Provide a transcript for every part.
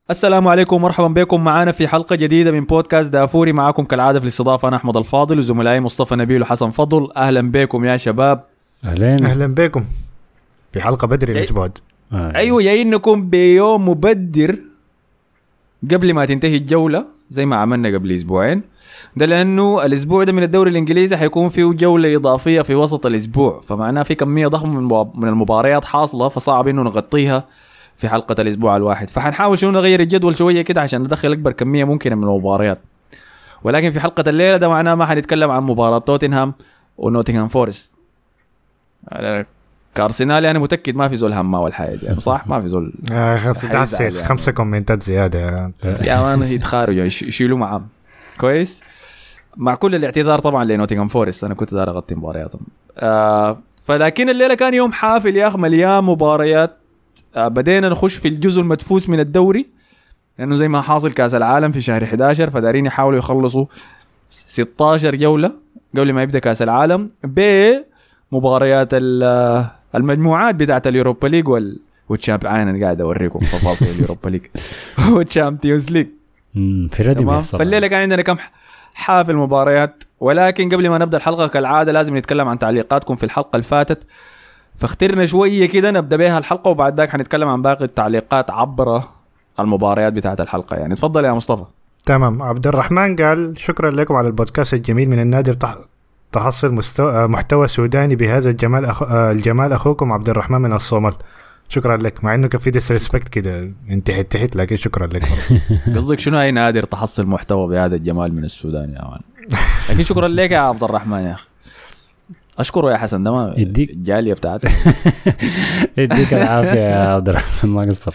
السلام عليكم ومرحبا بكم معنا في حلقة جديدة من بودكاست دافوري. معكم كالعادة في الاستضافة أنا أحمد الفاضل وزملائي مصطفى نبيل وحسن فضل. أهلا بكم يا شباب. أهلا بكم في حلقة بدري الأسبوع. أيوة جايينكم بيوم مبدر قبل ما تنتهي الجولة زي ما عملنا قبل أسبوعين، ده لأنه الأسبوع ده من الدوري الإنجليزي حيكون فيه جولة إضافية في وسط الأسبوع، فمعناه في كمية ضخمة من المباريات حاصلة، فصعب إنه نغطيها في حلقة الأسبوع الواحد. فحنحاول شنو نغير الجدول شوية كده عشان ندخل أكبر كمية ممكنة من المباريات. ولكن في حلقة الليلة ده معناه ما حنتكلم عن مباراة توتنهام ونوتنغهام فورست. كارسينال أنا متأكد ما في زول هما والحياة يعني، صح؟ ما في زول. خمسة كومنتات زيادة يا مان يتخارجوا يشيلوا معهم كويس. مع كل الاعتذار طبعا لنوتنغهام فورست، أنا كنت دار أغطي مبارياتهم. فلكن الليلة كان يوم حافل يا أخ، مليان مباريات. بدينا نخش في الجزء المدفوس من الدوري لأنه زي ما حاصل كأس العالم في شهر 11، فدارين يحاولوا يخلصوا 16 جولة قبل ما يبدأ كأس العالم بمباريات المجموعات بتاعت اليوروبا ليج والشامبيونز. أنا قاعد أوريكم تفاصيل اليوروبا ليج والشامبيونز ليج في ردي. فالليلة كان عندنا كم حافل مباريات، ولكن قبل ما نبدأ الحلقة كالعادة لازم نتكلم عن تعليقاتكم في الحلقة الفاتت، فاخترنا شوية كده نبدأ بها الحلقة وبعد ذاك حنتكلم عن باقي التعليقات عبر المباريات بتاعة الحلقة. يعني تفضل يا مصطفى. تمام. عبد الرحمن قال شكرا لكم على البودكاست الجميل، من النادر تحصل محتوى سوداني بهذا الجمال أخوكم عبد الرحمن من الصومال. شكرا لك، مع انه كان في ديسريسبكت كده انت تحت، لكن شكرا لك. قصدك شنو هاي نادر تحصل محتوى بهذا الجمال من السودان يا مان؟ لكن شكرا لك يا عبد الرحمن يا اخي. اشكره يا حسن، ده ما الجاليه بتاعته. يديك العافيه يا عبد الرحمن، ما قصرت.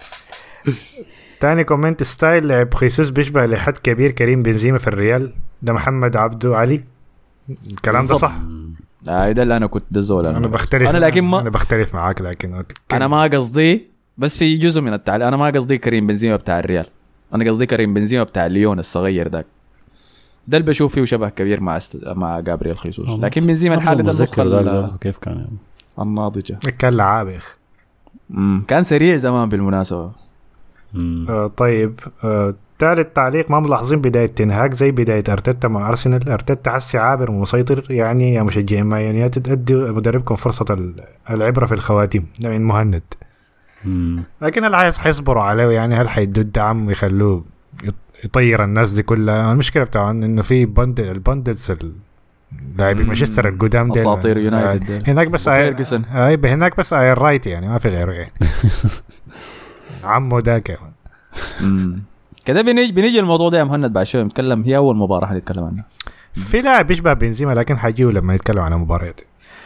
تاني كومنت، ستايل لعب خيسوس بيشبه لحد كبير كريم بنزيما في الريال. ده محمد عبدو علي، الكلام ده صح؟ ده اللي انا كنت دزول. انا بختلف، انا بختلف معاك، لكن انا ما قصدي، بس في جزء من التعليق انا ما قصدي كريم بنزيما بتاع الريال، انا قصدي كريم بنزيما بتاع ليون الصغير ده اللي بشوف فيه شبه كبير مع جابرييل خيسوس. لكن بنزيما الحالي ده النسخة كيف كان يعني الناضجة، كان لعاب يا اخي، كان سريع زمان بالمناسبة. طيب. ثالث تعليق، ما ملاحظين بداية تنهاج زي بداية أرتيتا مع أرسنال؟ أرتيتا حسي عابر ومسيطر يعني، يا مشجعين مايونيات تدي مدربكم فرصة العبرة في الخواتيم. ده من مهند. لكن العايز حيصبروا عليه يعني، هل حيدوا الدعم ويخلوه يطير الناس دي كلها؟ المشكلة بتاعه إنه في البندلز لاعبين مانشستر القدام ده، أساطير يونايتد هناك بس هناك بس رايت يعني، ما في غيره يعني. عمو ده كمان. كده بنيجي الموضوع ده يا مهند بعد شوي نتكلم. هي أول مباراة هنتكلم عنها. في لاعب بيشبه بنزيما لكن حجيه لما نتكلم عن مباريات.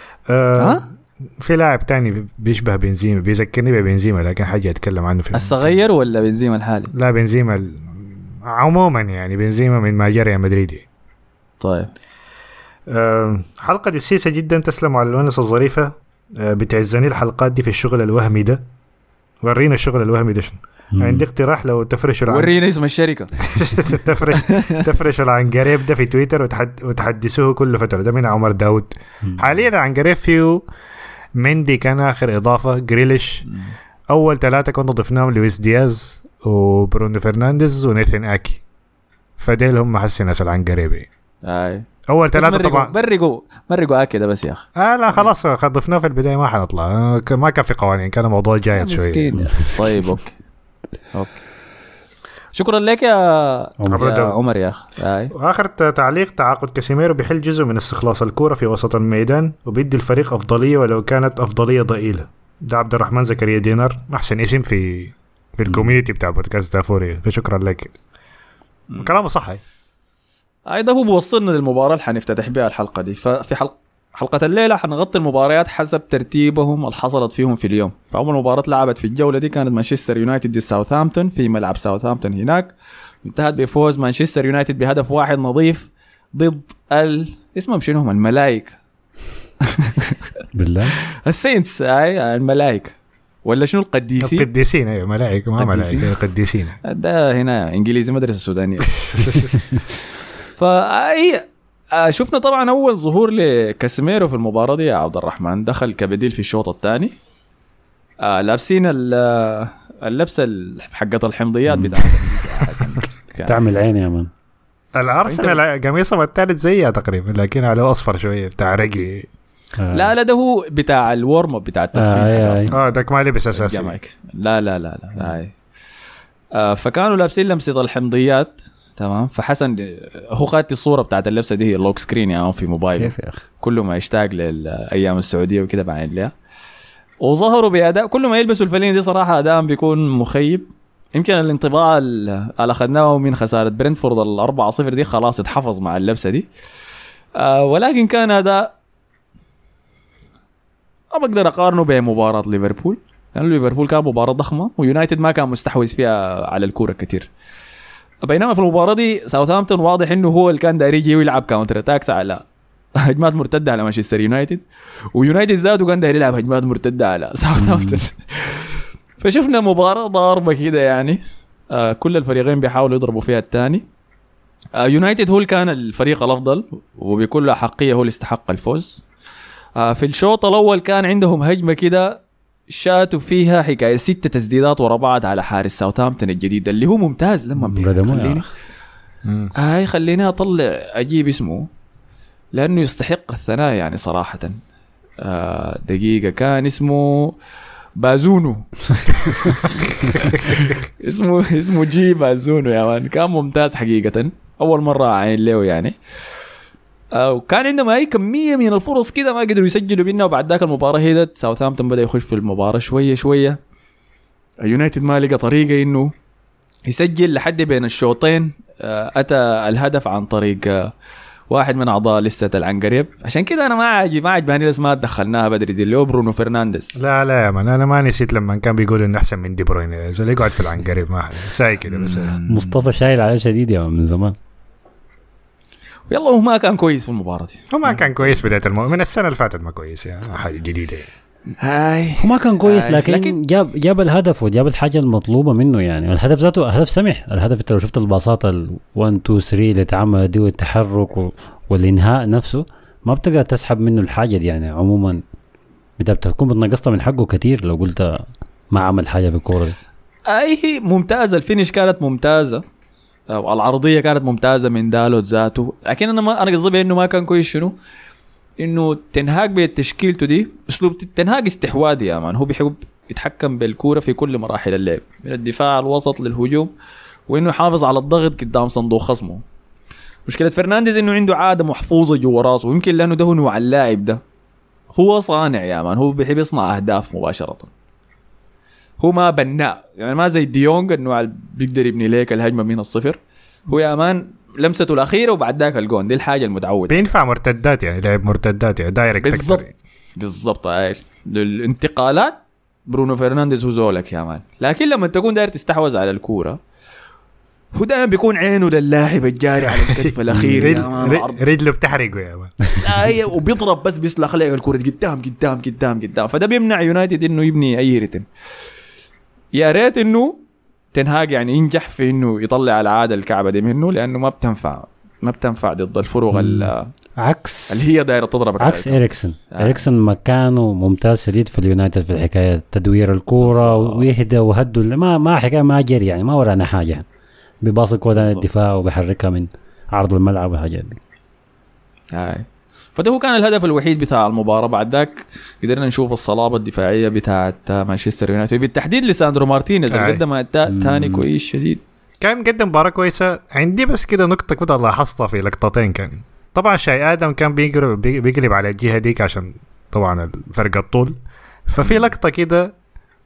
في لاعب تاني بيشبه بنزيما، بيذكرني ببنزيما لكن حاجة أتكلم عنه في الصغير ولا بنزيما الحالي؟ لا بنزيما عموما يعني، بنزيما من ما جرى مدريدي. طيب. حلقة دسيسة جدا، تسلم على الونس الظريفة. بتعزني الحلقات دي في الشغل الوهمي ده. ورينا الشغل الوهمي ده شنو. عندي اقتراح، لو تفرشوا ورينا اسم الشركة. تفرشوا العنقريب ده في تويتر وتحدثوه كل فترة. ده من عمر داود. حاليا العنقريب فيه مندي كان آخر إضافة، جريليش أول 3 كنا ضفناهم، لويس دياز وبرونو فرنانديز ونيثن آكي. فديل هم حسي ناس العنقريبي. أول 3 طبعا مرقوا كده بس يا أخي. لا خلاص ضفناه في البداية، ما حنطلع، ما كان في قوانين، كان موضوع جايز شوية. طيب أوكي. شكرا لك يا عمر يا أخي. وآخر تعليق، تعاقد كاسيميرو بيحل جزء من استخلاص الكرة في وسط الميدان وبيدي الفريق أفضلية ولو كانت أفضلية ضئيلة. ده عبد الرحمن زكريا دينار، أحسن اسم في الكوميونيتي بتاع بودكاست دافوري، فشكرا لك. كلامه صح. ده هو بوصلنا للمباراة اللي حنفتتح بها الحلقة دي. ففي حلقة الليلة حنغطي المباريات حسب ترتيبهم اللي حصلت فيهم في اليوم. فأول مباراة لعبت في الجولة دي كانت مانشستر يونايتد ضد ساوثهامبتون في ملعب ساوثهامبتون هناك، انتهت بفوز مانشستر يونايتد بهدف 1 نظيف ضد اسمهم شنو هم الملايك. بالله السينتس. الملايك ولا شنو القديسين. ايوه ملايك، ما ملايك، قديسين. ده هنا انجليزي مدرسة سودانية. فأي شفنا طبعا أول ظهور لكاسيميرو في المباراة دي يا عبد الرحمن، دخل كبديل في الشوط الثاني. لابسين اللبسه حقت الحمضيات بتاعتها تعمل عين يا مان. الارسنال قميصهم الثالث زيها تقريبا لكن عليه اصفر شويه بتاع رقي. لا ده هو بتاع الورم اب بتاع التسخين. داك ما لبس اساسي. لا. فكانوا لابسين لمسه الحمضيات تمام. فحسن هو خدت الصوره بتاعت اللبسه دي هي اللوك سكرين يعني في موبايله كل ما يشتاق للايام السعوديه وكده بعين لها. وظهروا باداء كل ما يلبسوا الفلين دي صراحه اداء بيكون مخيب. يمكن الانطباع اللي اخذناه من خساره برينتفورد 4-0 دي خلاص اتحفظ مع اللبسه دي. ولكن كان اداء ما بقدر اقارنه بمباراه ليفربول لأن ليفربول كان مباراه ضخمه ويونايتد ما كان مستحوذ فيها على الكوره كتير. بينما في المباراه دي ساوثهامبتون واضح انه هو اللي كان داير يجي ويلعب كاونتر اتاكس على هجمات مرتده على مانشستر يونايتد. ويونايتد زادوا كان داير يلعب هجمات مرتده على ساوثهامبتون. فشفنا مباراه ضاربه كده يعني. كل الفريقين بيحاولوا يضربوا فيها الثاني. يونايتد هو اللي كان الفريق الافضل وبكل احقيه هو اللي استحق الفوز. في الشوط الاول كان عندهم هجمه كده شاتوا فيها حكايه 6 تسديدات ورا بعض على حارس ساوثهامبتون الجديد اللي هو ممتاز لما خليني اطلع اجيب اسمه لانه يستحق الثناء يعني صراحه. دقيقه كان اسمه بازونو. اسمه جي بازونو يا مان. كان ممتاز حقيقه اول مره عين له يعني. وكان عندهم اي كميه من الفرص كده ما قدروا يسجلوا منها. وبعد ذاك المباراه هيدت ساوثهامبتون بدا يخش في المباراه شويه. يونايتد ما لقى طريقه انه يسجل لحد بين الشوطين. اتى الهدف عن طريق واحد من اعضاء لسه العنقريب. عشان كده انا ما عجباني الاسماء دخلناها بدري دي اللي هو برونو فرنانديز. لا يا مان انا ما نسيت لما كان بيقول انه احسن من دي بروين زي اللي يقعد في العنقريب ما ساي كده بس. مصطفى شايل على شديد يا من زمان. يلا هو ما كان كويس في المباراة دي. هو ما كان كويس بداية من السنة اللي فاتت ما كويس يعني حاجة جديدة. هو ما كان كويس لكن جاب الهدف وجاب الحاجة المطلوبة منه يعني. الهدف ذاته هدف سمح. الهدف انت لو شفت الباصات 1 2 3 اللي اتعمل دي والتحرك والانهاء نفسه ما بتقدر تسحب منه الحاجة دي يعني. عموما بتكون بتنقصها من حقه كتير لو قلت ما عمل حاجة في الكورة دي. هي ممتازة. الفينش كانت ممتازة. العرضية كانت ممتازة من دالوت ذاته. لكن أنا قصدي بأنه ما كان كويس شنو إنه تنهاج بتشكيلته دي أسلوب تنهاج استحواذي يا مان. هو بيحب يتحكم بالكورة في كل مراحل اللعب من الدفاع الوسط للهجوم وإنه يحافظ على الضغط قدام صندوق خصمه. مشكلة فرنانديز إنه عنده عادة محفوظة جوا راسه ويمكن لأنه ده هو نوع اللاعب ده. هو صانع يا مان. هو بيحب يصنع أهداف مباشرة. هو ما بناء يعني ما زي ديونغ النوع اللي بيقدر يبني ليك الهجمة من الصفر. هو يا مان لمسته الأخيرة وبعد ذاك الجون. دي الحاجة المتعودة. بينفع مرتدات يعني لعب مرتدات يعني دايركت بالضبط. للانتقالات برونو فرنانديز هو زولك يا مان. لكن لما تكون داير تستحوذ على الكورة هو دائما بيكون عينه للاعب الجاري على الكتف الأخير رجله بتحرقه يا مان. وبيضرب بس بيسلخ لك الكورة قدام. فده بيمنع يونايتد إنه يبني أي رتم. يا ريت إنه تنهاج يعني ينجح في إنه يطلع العادة الكعبة دي منه لأنه ما بتنفع ضد الفروق عكس اللي هي دايرة تضربك. عكس إريكسن مكانه ممتاز شديد في اليونايتد في الحكاية تدوير الكورة ويهدى وهدوا ما حكاية ما جري يعني ما ورانا حاجة. بيباصق ودان الدفاع وبيحركها من عرض الملعب والحاجات دي. فده هو كان الهدف الوحيد بتاع المباراة. بعد ذاك قدرنا نشوف الصلابة الدفاعية بتاعت مانشستر يونايتد بالتحديد لساندرو مارتينيز اللي قدم أداء تاني كويس شديد. كان قدم مباراة كويسة. عندي بس كده نقطة كده لاحظتها في لقطتين. كان طبعا شاي آدم كان بيقلب على الجهة ديك عشان طبعا الفرق الطول. ففي لقطة كده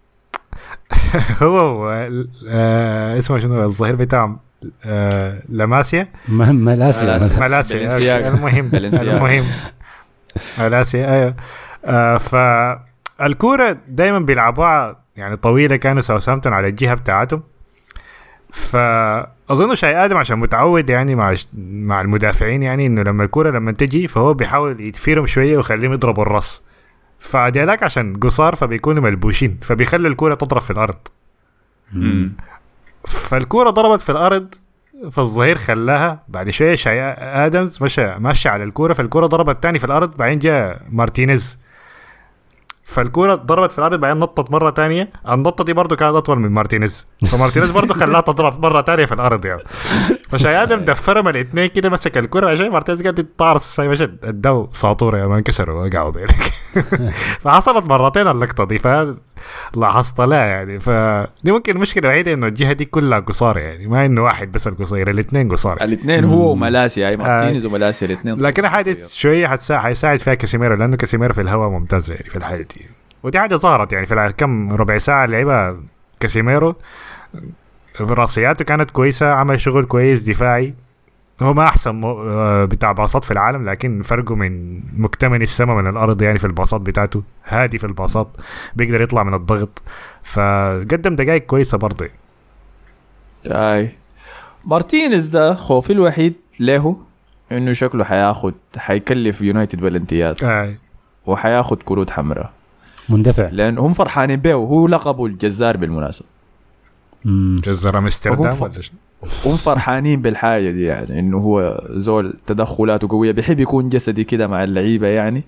هو اسمه شنو الظهير بتاعه لاماسيا ملاسيا المهم ملاسيا ايوه. فالكورة دايما بيلعبوها يعني طويلة. كانوا ساوثهامبتون على الجهة بتاعتهم. فأظن شاي آدم عشان متعود يعني مع المدافعين يعني إنه لما الكورة لما تجي فهو بيحاول يتفيرهم شوية ويخليهم يضربوا الرأس. فديالك عشان قصار فبيكونوا ملبوشين فبيخلي الكورة تضرب في الأرض. فالكورة ضربت في الأرض فالظهير خلاها. بعد شوية شاي آدمز ماشي على الكورة فالكورة ضربت تاني في الأرض. بعدين جاء مارتينيز فالكوره ضربت في الارض بعدين نطت مره تانية. النطه دي برضه كانت اطول من مارتينيز فمارتينيز برضه خلاها تضرب مره تانية في الارض يعني. فشاي ادم دفرهم الاثنين كده مسك الكوره عشان مارتينيز قاعد يتطارس مش ادوا ساطوره ما انكسروا وقعوا بينك. فحصلت مرتين اللقطه دي فلاحظت لها يعني. فدي ممكن المشكله الوحيده انه الجهه دي كلها قصار يعني ما انه واحد بس القصير الاثنين قصار. الاثنين هو وملاسي اي مارتينيز وملاسي الاثنين. لكن حاجه شويه حيساعد فيها كاسيميرو لانه كاسيميرو في الهواء ممتاز يعني في الحاله دي. ودي حاجه ظهرت يعني في كم ربع ساعه لعبها كاسيميرو. راسياته كانت كويسه عمل شغل كويس دفاعي. هو ما احسن بتاع باصات في العالم لكن فرقه من مكتمن السماء من الارض يعني في الباصات بتاعته هادي في الباصات بيقدر يطلع من الضغط فقدم دقائق كويسه برضه. اي مارتينيز ده خوفي الوحيد له انه شكله حيكلف يونايتد بلنتيات وحياخد كروت حمراء مندفع لان هم فرحانين به وهو لقبه الجزار بالمناسبه. جزار امستردام ولا هم فرحانين بالحاجه دي يعني انه هو زول تدخلاته قويه بيحب يكون جسدي كده مع اللعيبه يعني.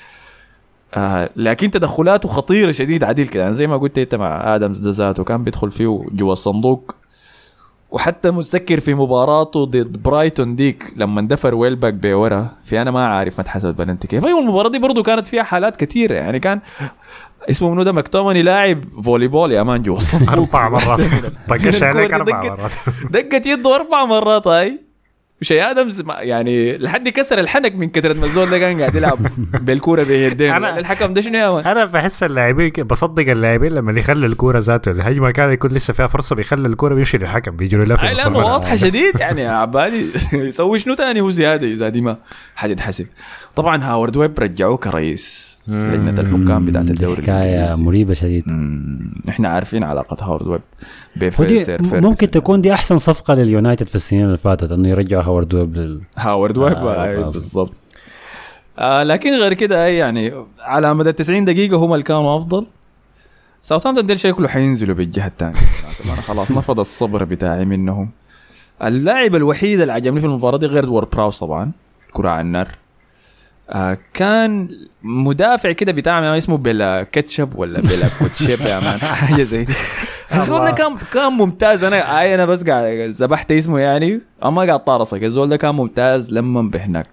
لكن تدخلاته خطيره شديد عديل كده يعني زي ما قلت انت مع ادمز ذاته كان بيدخل فيه جوا الصندوق. وحتى متذكر في مباراته ضد برايتون ديك لما اندفر ويلباك بورا في انا ما عارف ما اتحسب بلنتي كيف. ايوه المباراه دي برضو كانت فيها حالات كثيره يعني كان اسمه منو ده مكتوماني لاعب فولي بول يا مان جوا الصندوق 4 مرات طقش عليك 4 مرات دقت يده 4 مرات هاي. وشي ادمز يعني لحد كسر الحنك من كثره ما الزول ده كان قاعد يلعب بالكوره بيدين. الحكم ده شنو يا مان؟ انا بحس اللاعبين بصدق اللاعبين لما يخلوا الكوره ذاته الهجمه كان يكون لسه فيها فرصه بيخلي الكوره بيمشي للحكم بيجروا له في نص الملعب. واضحه شديد يعني يا عبالي يسوي شنو تاني هو زياده اذا دي ما حد حسب. طبعا هاورد ويب رجعوه كرئيس لجنه الحكام بتاعت الدوري حكايه مريبه شديد. احنا عارفين علاقه هاورد ويب ممكن تكون دي احسن صفقه لليونايتد في السنين اللي فاتت انه يرجع هاورد ويب بالضبط. لكن غير كده يعني على مدى 90 دقيقه هم اللي كانوا افضل. ساوثهامبتون ديل شكله حينزلوا بالجهه الثانيه. انا خلاص نفض الصبر بتاعي منهم. اللاعب الوحيد اللي عجبني في المباراه دي غير وورد براوس طبعا كره على النار. كان مدافع كده بتاع ما اسمه بلا كاتشب ولا بلا كوتشيب يا مان حاجه زي دي. الزول ده كان ممتاز. انا بس قاعد ذبحت اسمه يعني اما قاعد طارصك. الزول ده كان ممتاز لما بهناك.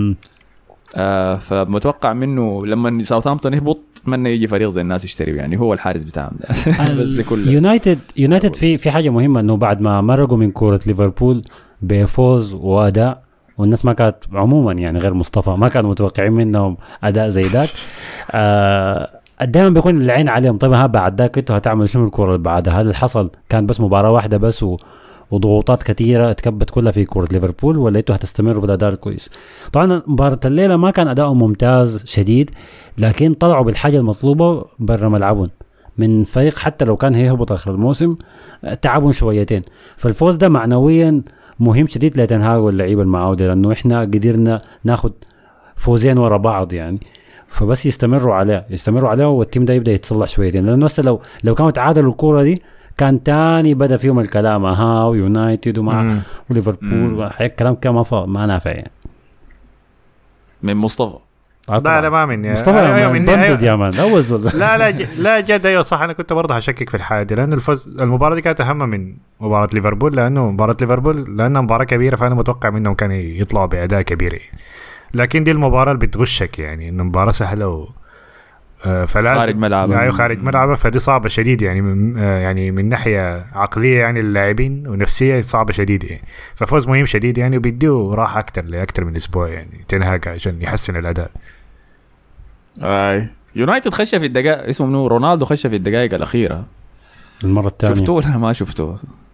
فمتوقع منه لما ساوثهامبتون يهبط اتمنى يجي فريق زي الناس يشتري يعني هو الحارس بتاعهم بس ده كله. يونايتد في حاجه مهمه انه بعد ما مرقوا من كوره ليفربول بفوز واداء والناس ما كانت عموما يعني غير مصطفى ما كانوا متوقعين منهم اداء زي ذاك. دائما بيكون العين عليهم. طيب بعد ذاك انتوا هتعملوا شنو الكره اللي بعدها؟ هل اللي حصل كان بس مباراه واحده بس وضغوطات كثيره تكبت كلها في كره ليفربول ولا انتوا هتستمروا بالاداء الكويس؟ طبعا مباراه الليله ما كان اداؤهم ممتاز شديد لكن طلعوا بالحاجه المطلوبه برا ملعبهم من فريق حتى لو كان هيهبط اخر الموسم تعبوا شويتين. فالفوز ده معنويا مهم شديد لتنهاج واللعيبه المعاوده لانه احنا قدرنا ناخد فوزين ورا بعض يعني. فبس يستمروا عليه والتيم ده يبدا يتصلح شويتين لانه هسه لو كانوا تعادلوا الكوره دي كان تاني بدا فيهم الكلام ويونايتد ومع وليفربول الكلام كان ما نافع يعني. من مصطفى لا ما مني مصطفى مني يا مان لا جد ايوه صح. انا كنت برضه هشكك في الحاجه دي لان المباراه دي كانت اهم من مباراه ليفربول لانها مباراه كبيره فانا متوقع منهم كانوا يطلعوا باداء كبير. لكن دي المباراه اللي بتغشك يعني انه مباراه سهله فلازم خارج ملعبه خارج ملعبه فدي صعبه شديد يعني من ناحيه عقليه يعني اللاعبين ونفسيه صعبه شديد يعني. ففوز مهم شديد يعني وبيديه راحه اكثر من اسبوع يعني تنهاج عشان يحسن الاداء. يونايتد خش في الدقائق اسمه منو رونالدو خش في الدقائق الاخيره المره الثانيه. شفتوه ولا ما شفتوه؟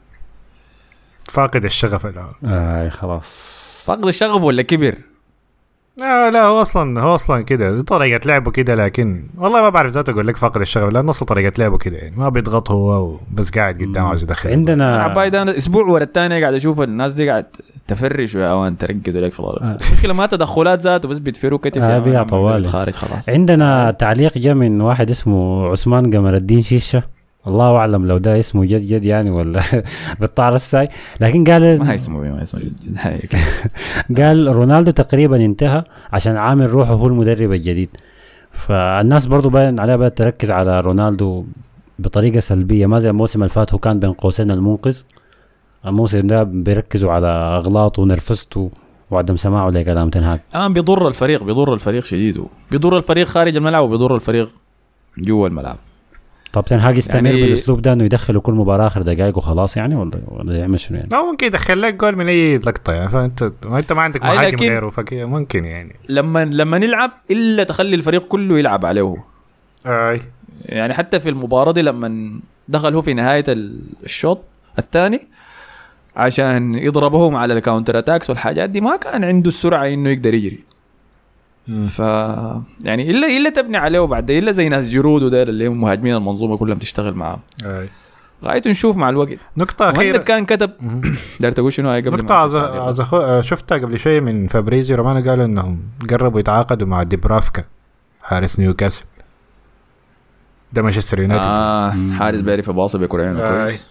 فاقد الشغف الان. خلاص فاقد الشغف ولا كبر؟ لا هو اصلا كده طريقه لعبه كده لكن والله ما بعرف ذاته اقول لك فاقد الشغف لان نص طريقه لعبه كده يعني ما بيضغط هو بس قاعد قدام عايز يدخل. عندنا عبايد انا اسبوع ورا الثاني قاعد اشوف الناس دي قاعد تفرش وان ترقدوا لك في الارض. المشكله ما تدخلات ذاته بس بيتفروا كتف طوالي خارج خلاص. عندنا تعليق جاء من واحد اسمه عثمان قمر الدين شيشه الله اعلم لو ده اسمه جد يعني ولا بالطار الساي لكن قال ما اسمه جد قال رونالدو تقريبا انتهى عشان عامل روحه هو المدرب الجديد. فالناس برضو باين عليها بدأت تركز على رونالدو بطريقة سلبية، ما زي الموسم اللي فات هو كان بين قوسين المنقذ. الموسم ده بيركزوا على أغلاطه ونرفزته وعدم سماعه لكلام تن هاج. بيضر الفريق شديد، بيضر الفريق خارج الملعب وبيضر الفريق جوا الملعب. طب تن هاج يستمر يعني بالاسلوب ده انه يدخله كل مباراه اخر دقائق وخلاص يعني، ولا يعمل شنو يعني؟ او ممكن يدخل لك جول من اي لقطه يعني، فانت ما عندك مهاجم غيره، فممكن يعني لما نلعب الا تخلي الفريق كله يلعب عليه. يعني حتى في المباراه دي لما دخل هو في نهايه الشوط الثاني عشان يضربهم على الكاونتر اتاكس والحاجات دي، ما كان عنده السرعه انه يقدر يجري. ف يعني الا تبني عليه بعد، الا زي ناس جرود ودير اللي هم مهاجمين المنظومه كلهم تشتغل معاهم. غايته نشوف مع الوقت. نقطه اخيره كان كتب دار تقول شنو هاي قبل نقطه شفتها قبل شويه من فابريزيو رومانو، قالوا انهم قربوا يتعاقدوا مع ديبرافكا حارس نيوكاسل ده مانشستر يونايتد. حارس بيعرف يباصي بكوريين كويس.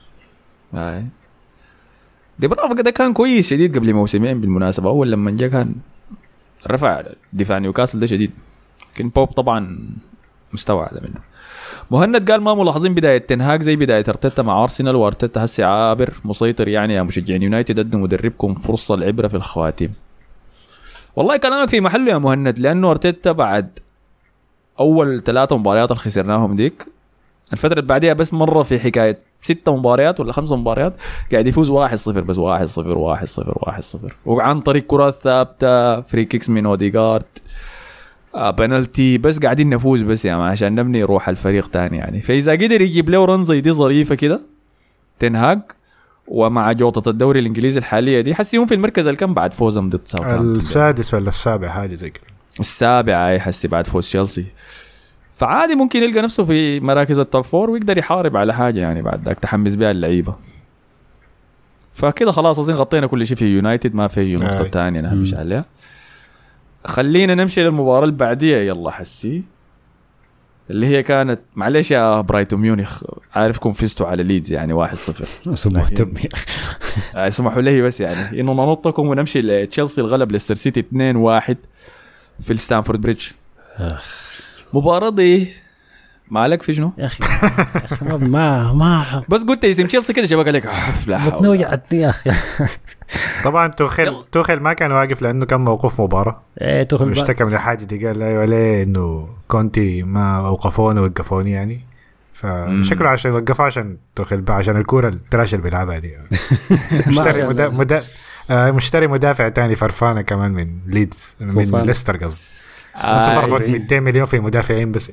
ديبرافكا ده كان كويس شديد قبل موسمين بالمناسبه، اول لما جاء كان رفع دفاع نيوكاسل ده شديد، لكن بوب طبعا مستوى اعلى منه. مهند قال ما ملاحظين بدايه تنهاج زي بدايه ارتيتا مع ارسنال، وارتيتا هسه عابر مسيطر يعني يا مشجعين يونايتد، ادوا مدربكم فرصه العبره في الخواتيم. والله كلامك في محله يا مهند، لانه ارتيتا بعد اول 3 مباريات اللي خسرناهم ديك، الفتره اللي بعديها بس مره في حكايه 6 مباريات ولا 5 مباريات قاعد يفوز 1-0 بس 1-0 وعن طريق كرات ثابته، فري كيكس من اوديغارد، بنالتي، بس قاعدين نفوز بس يعني عشان نبني روح الفريق تاني يعني. فاذا قدر يجيب له رنزه دي ظريفه كده تنهاج، ومع جوطه الدوري الانجليزي الحاليه دي، حسيهم في المركز الكم بعد فوزهم ضد ساوثهامبتون السادس ولا السابع حاجه زي كده، السابع اي حسي بعد فوز تشيلسي. فعادي ممكن يلقى نفسه في مراكز التوب 4 ويقدر يحارب على حاجه يعني بعد ذاك تحمس بها اللعيبه. فكده خلاص اظن غطينا كل شيء في يونايتد، ما في نقطه ثانيه نمشي عليها. خلينا نمشي للمباراه اللي بعديها يلا حسي، اللي هي كانت معلش يا برايتون ميونخ، عارفكم فزتوا على ليدز يعني 1-0 اسمحوا لي بس يعني انه ننطكم ونمشي لتشيلسي الغلب ليستر سيتي 2-1 في الستانفورد بريدج. مباراة دي مالك في شنو يا اخي ما بس قلت اسم تشيلسي كده شبك عليك بتنوجعتني يا اخي. طبعا توخيل ما كان واقف لانه كان موقوف مباراة. توخيل مشتكى من الحاجة دي، قال لا ولا انه كونتي ما اوقفوني ووقفوني يعني، فشكله عشان وقفوا عشان توخيل عشان الكورة التراش اللي بيلعبها دي. مشتري مدافع تاني فرفانة كمان من ليدز من ليستر قصدي، صرفت 200 مليون في مدافعين بس.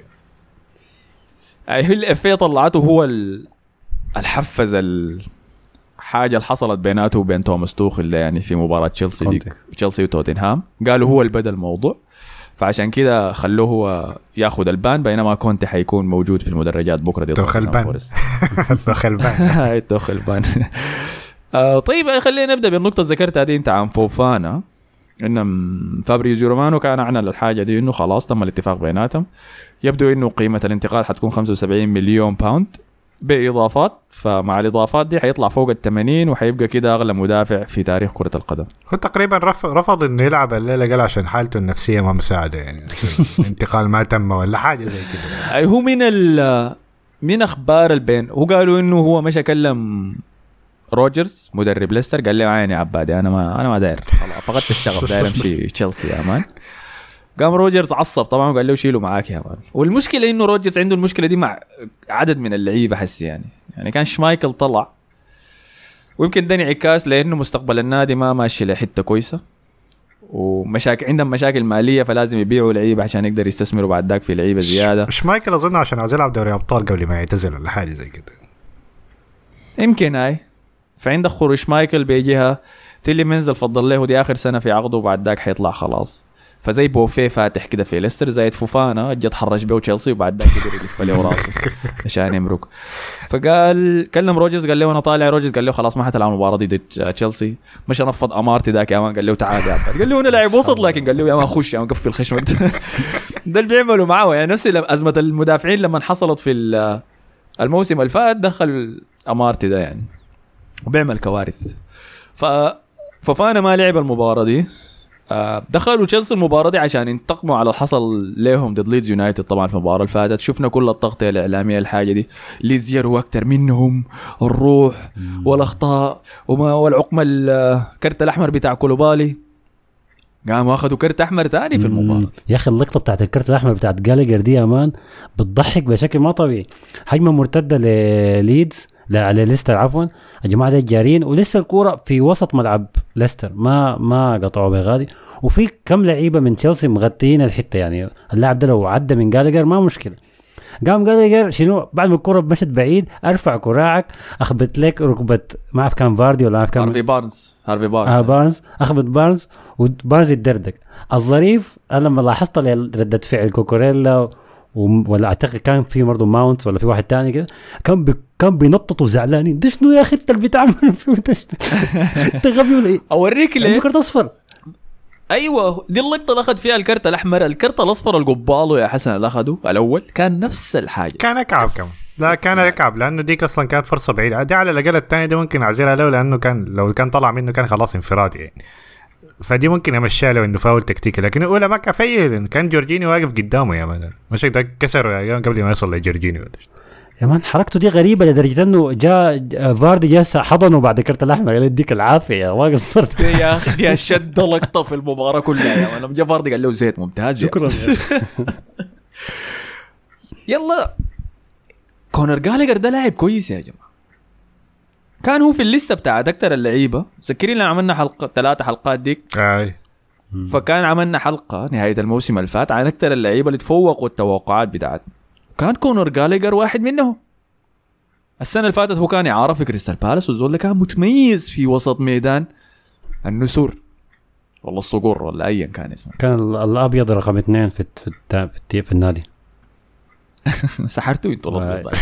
هي الافيه طلعته هو الحفز الحاجه اللي حصلت بيناته وبين توماس توخيل يعني في مباراه تشيلسي ديك، تشيلسي وتوتنهام، قالوا هو اللي بدا الموضوع، فعشان كده خلوه هو ياخذ البان، بينما كونتي حيكون موجود في المدرجات بكره ضد توخيل بان. طيب خلينا نبدا بالنقطه ذكرتها دي انت عن فوفانا، ان فابريزيو رومانو كان اعلن الحاجه دي انه خلاص تم الاتفاق بيناتهم. يبدو انه قيمه الانتقال حتكون 75 مليون باوند باضافات، فمع الاضافات دي حيطلع فوق ال80 وحيبقى كده اغلى مدافع في تاريخ كره القدم. هو تقريبا رفض انه يلعب الليله، قال عشان حالته النفسيه ما مساعده يعني الانتقال ما تم ولا حاجه زي كده. هو من اخبار البين، هو قالوا انه هو مش كلم روجرز مدرب ليستر، قال له عيني عبادي انا ما داير، فقدت الشغف، داير امشي تشيلسي يا مان. قام روجرز عصب طبعا وقال له شيلوا معاك يا مان. والمشكله انه روجرز عنده المشكله دي مع عدد من اللعيبه حسي يعني كان شمايكل طلع، ويمكن ده انعكاس لانه مستقبل النادي ما ماشي لحته كويسه، ومشاكل عندهم مشاكل ماليه، فلازم يبيعوا لعيبه عشان يقدر يستثمروا بعد ذاك في لعيبه زياده. شمايكل اظن عشان عايز يلعب دوري ابطال قبل ما يعتزل ولا حاجه زي كده يمكن هاي. فعندك خروج مايكل بيجيها تيلي منزل فضل له دي اخر سنه في عقده وبعد ذاك حيطلع خلاص، فزي بوفيه فاتح كده في ليستر، زي فوفانا جت حرج بيه تشيلسي وبعد ذاك قدر يلف له راسه عشان يمرق. فقال كلم روجرز قال له انا طالع، روجرز قال له خلاص ما حتلعب المباراه دي ضد تشيلسي، مش نفض امارتي ذاك يا مان، قال له تعال يا عبد، قال له انا لاعب وسط، لكن قال له يا مان خش يا مان قفل خشمك. ده اللي بيعملوا معاه يعني، نفس ازمه المدافعين لما حصلت في الموسم اللي فات، دخل امارتي ده يعني وبيعمل كوارث. ففانا ما لعب المباراة دي، دخلوا تشيلسي المباراة دي عشان ينتقموا على الحصل لهم ضد ليدز يونايتد. طبعا في المباراة اللي فاتت شفنا كل التغطية الإعلامية الحاجة دي، ليدز يروا أكتر منهم الروح والأخطاء والعقمة الكرت الأحمر بتاع كولوبالي، قاموا أخذوا كرت أحمر تاني في المباراة. يا أخي اللقطة بتاعت الكرت الأحمر بتاعت جاليجر دي أمان بتضحك بشكل ما طبيعي. هجمة مرتدة لليدز على ليستر عفوا، الجماعة دي جارين ولسه الكورة في وسط ملعب ليستر ما قطعوا بغادي، وفي كم لعيبة من تشيلسي مغطيين الحتة، يعني اللاعب ده لو عدى من جاليجر ما مشكلة. قام جاليجر شنو بعد ما الكورة مشت بعيد ارفع كراعك اخبط لك ركبة ما اعرف كان فاردي ولا كان هارفي بارنز اخبط بارنز وبارنز يتدردق. الظريف انا لما لاحظت ردة فعل كوكوريلا ولا اعتقد كان في برضه ماونت ولا في واحد تاني كده كان بينططوا زعلانين. ده شنو يا اخي انت اللي بتعمل فيه انت غبي ولا ايه؟ اوريك ليه كرت اصفر. ايوه دي اللقطه اللي اخذ فيها الكرت الاحمر. الكرت الاصفر القباله يا حسن اللي اخذه الاول كان نفس الحاجه، كان اكعب كم لا كان اكعب لانه ديك اصلا كانت فرصه بعيده. دي على الاقل الثاني دي ممكن اعزلها له لانه كان لو كان طلع منه كان خلاص انفراد يعني، فدي ممكن امشيها له انه فاول تكتيكي. لكن الاولى ما كان فيه، كان جورجينيو واقف قدامه يا مان، مش ده كسر قبل ما يوصل لجورجينيو يا مان. حركته دي غريبه لدرجه انه جاء فاردي جالس حضنه بعد الكرت الاحمر. قال يديك العافيه يا ما قصرت يا اخي دي اشد لقطه في المباراه كلها يا مان. جاء فاردي قال له زيت ممتاز شكرا يلا كونر جاليجر ده لاعب كويس يا جماعه، كان هو في الليسته بتاعت اكثر اللعيبه. تذكرين لما عملنا حلقه 3 حلقات ديك فكان عملنا حلقه نهايه الموسم اللي فات عن اكثر اللعيبه اللي تفوقوا التوقعات بتاعتنا، كان كونر جاليجر واحد منهم. السنه اللي فاتت هو كان يعرف في كريستال بالاس، والزول ده كان متميز في وسط ميدان النسور والله الصقور ولا ايا كان اسمه. كان الابيض رقم 2 في النادي. سحرتوا انتوا الابيض.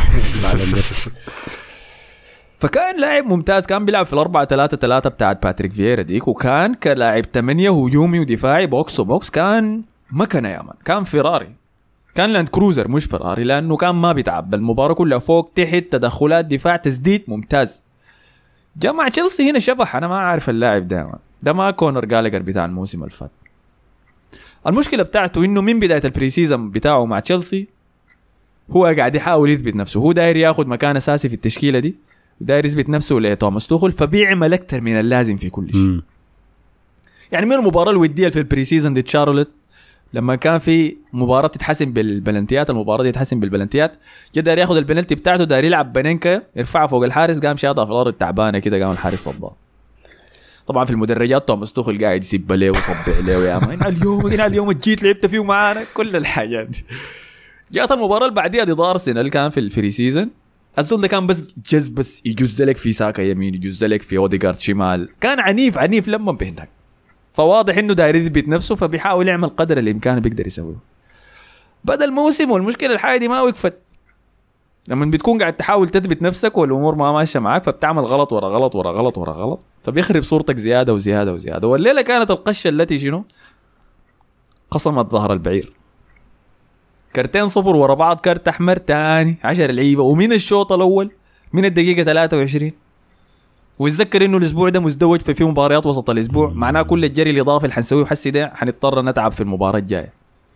فكان لاعب ممتاز، كان بيلعب في 4-3-3 بتاعت باتريك فييرا ديك، وكان كلاعب 8 هجومي ودفاعي بوكس وبوكس. كان مكنه يا مان، كان فيراري، كان لاند كروزر مش فراري، لانه كان ما بيتعب المباراه كلها فوق تحت تدخلات دفاع تسديد ممتاز. جماعة تشيلسي هنا شبح، انا ما عارف اللاعب ده ما كونر جاليجر بتاع الموسم اللي فات. المشكله بتاعته انه من بدايه البري سيزون بتاعه مع تشيلسي هو قاعد يحاول يثبت نفسه، هو داير ياخذ مكان اساسي في التشكيله دي وداير يثبت نفسه لتوماس توخل، فبيعمل اكثر من اللازم في كل شيء. يعني من المباراه الوديه في البري سيزون دي تشارلوت لما كان في مباراة تتحسم بالبلنتيات، المباراة دي تتحسم بالبلنتيات، جا داير ياخذ البلنتي بتاعته، داير يلعب بنينكا يرفعها فوق الحارس، قام شاطها في الارض تعبانه كده، قام الحارس صدها. طبعا في المدرجات توماس توخل قاعد يسب عليه ويصبع عليه ويا مان اليوم جيت لعبت فيه معانا كل الحاجات دي. جاءت المباراة اللي بعديها ضد ارسنال كان في الفري سيزون، الزول ده كان بس يجز لك في ساكا يمين، يجز لك في اوديغارد شمال، كان عنيف لما بهناك. فواضح انه داير يثبت نفسه، فبيحاول يعمل قدر الامكان بيقدر يسويه. بدا الموسم والمشكله الحاجه دي ما وقفت. لما بتكون قاعد تحاول تثبت نفسك والامور ما ماشيه معاك، فبتعمل غلط ورا غلط ورا غلط ورا غلط، فبيخرب صورتك زياده وزياده وزياده. والليله كانت القشه التي شنو قصمت ظهر البعير. 2-0 ورا بعض، كارت احمر تاني 10 لعيبه، ومن الشوط الاول من الدقيقه 23. ويتذكر انه الاسبوع ده مزدوج في مباريات وسط الاسبوع، معناه كل الجري الاضافي اللي حنسويه وحسي ده حنضطر نتعب في المباراه الجايه.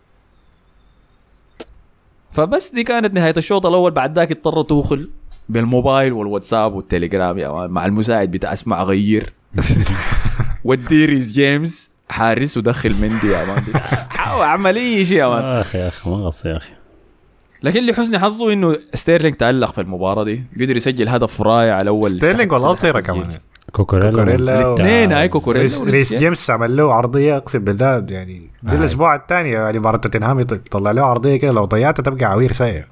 فبس دي كانت نهايه الشوط الاول. بعد ذاك اضطر توخل بالموبايل والواتساب والتليجرام مع المساعد بتاع اسمع غير وديريز جيمس حارس ودخل مندي يا مان، حاول اعمل اي شيء يا مان. يا اخي ما قص يا اخي. لكن لحسن حظه انه ستيرلينج تألق في المباراه دي، قدر يسجل هدف رائع الاول. ستيرلينج ولا صيره كمان كوكوريلا الاثنين هاي كوكوريلا ريس جيمس عمل له عرضيه اقسم بالله يعني دي الاسبوع الثاني يعني مباراه توتنهام يطلع له عرضيه كده لو ضيعتها تبقى عوير سيء.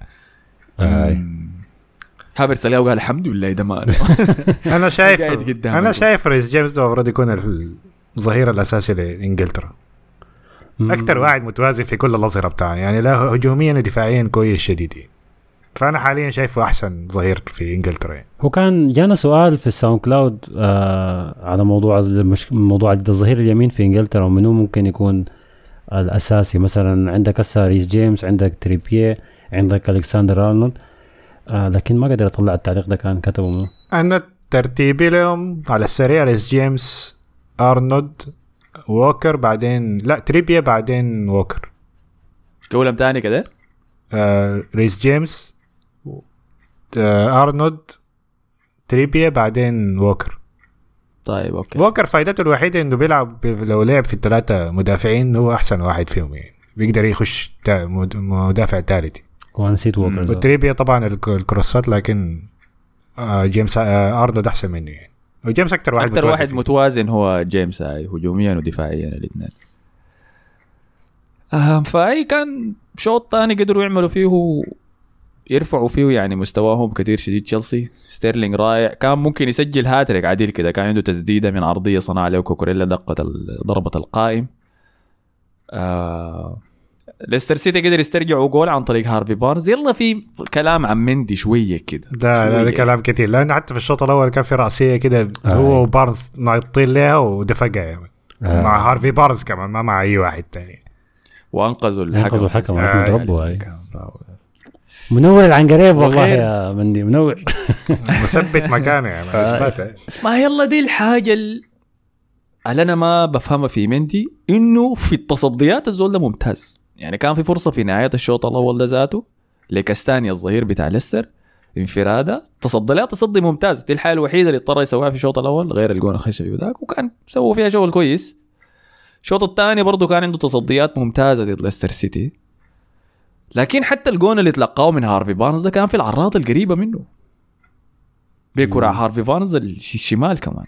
هافرتز قال الحمد لله ده ما انا شايف ريس جيمس المفروض يكون الظهير الاساسي لانجلترا، اكثر واحد متوازن في كل الاظهره بتاعه، يعني لا هجوميا ودفاعيا كويس شديد. فانا حاليا شايفه احسن ظهير في انجلترا يعني. هو كان جانا سؤال في الساوند كلاود على موضوع الظهير اليمين في انجلترا ومنو ممكن يكون الاساسي. مثلا عندك هسه ريس جيمس، عندك تريبيه، عندك الكسندر ارنولد، لكن ما قدر اطلع التعليق ده كان كتبه منه. انا ترتيبي لهم على السريع ريس جيمس، ارنولد، ووكر بعدين لا تريبيا بعدين ووكر. كولم تاني كده. ريس جيمس ارنولد تريبيا بعدين ووكر. طيب اوكي. ووكر فائدته الوحيده انه بيلعب لو لعب في الثلاثه مدافعين هو احسن واحد فيهم يعني بيقدر يخش مدافع ثالث. ونسيت ووكر. وتريبيا طبعا الكروسات لكن جيمس ارنولد احسن منه يعني. وجيمس اكثر واحد متوازن هو جيمس هجوميا ودفاعيا الاثنين. فاي كان شوط ثاني قدروا يعملوا فيه يرفعوا فيه يعني مستواهم كثير شديد. تشيلسي ستيرلينج رائع كان ممكن يسجل هاتريك عديل كده. كان عنده تسديده من عرضيه صنع له كوكوريلا ضربه القائم. ليستر سيتي قدر يسترجعوا جول عن طريق هارفي بارنز. يلا في كلام عن مندي شويه كده. ده كلام كتير لانه حتى في الشوط الاول كان في راسيه كده هو وبارنز نايطين لها ودفقها يعني. مع هارفي بارنز كمان ما مع اي واحد تاني. وانقذوا الحكم ضربوا. منور العنقريب والله يا مندي منور. مثبت مكانه يعني اثباته. ما يلا دي الحاجه اللي انا ما بفهمها في مندي انه في التصديات الزول ده ممتاز يعني. كان في فرصه في نهايه الشوط الاول ده ذاته لكاستانيا الظهير بتاع ليستر انفراده تصدي ممتاز. دي الحاله الوحيده اللي اضطر يسويها في الشوط الاول غير الجون الخشبي وذاك وكان سووا فيها شغل كويس. الشوط الثاني برضو كان عنده تصديات ممتازه ضد ليستر سيتي. لكن حتى الجون اللي تلقاه من هارفي بارنز ده كان في العراض القريبه منه بكره هارفي بارنز الشمال كمان.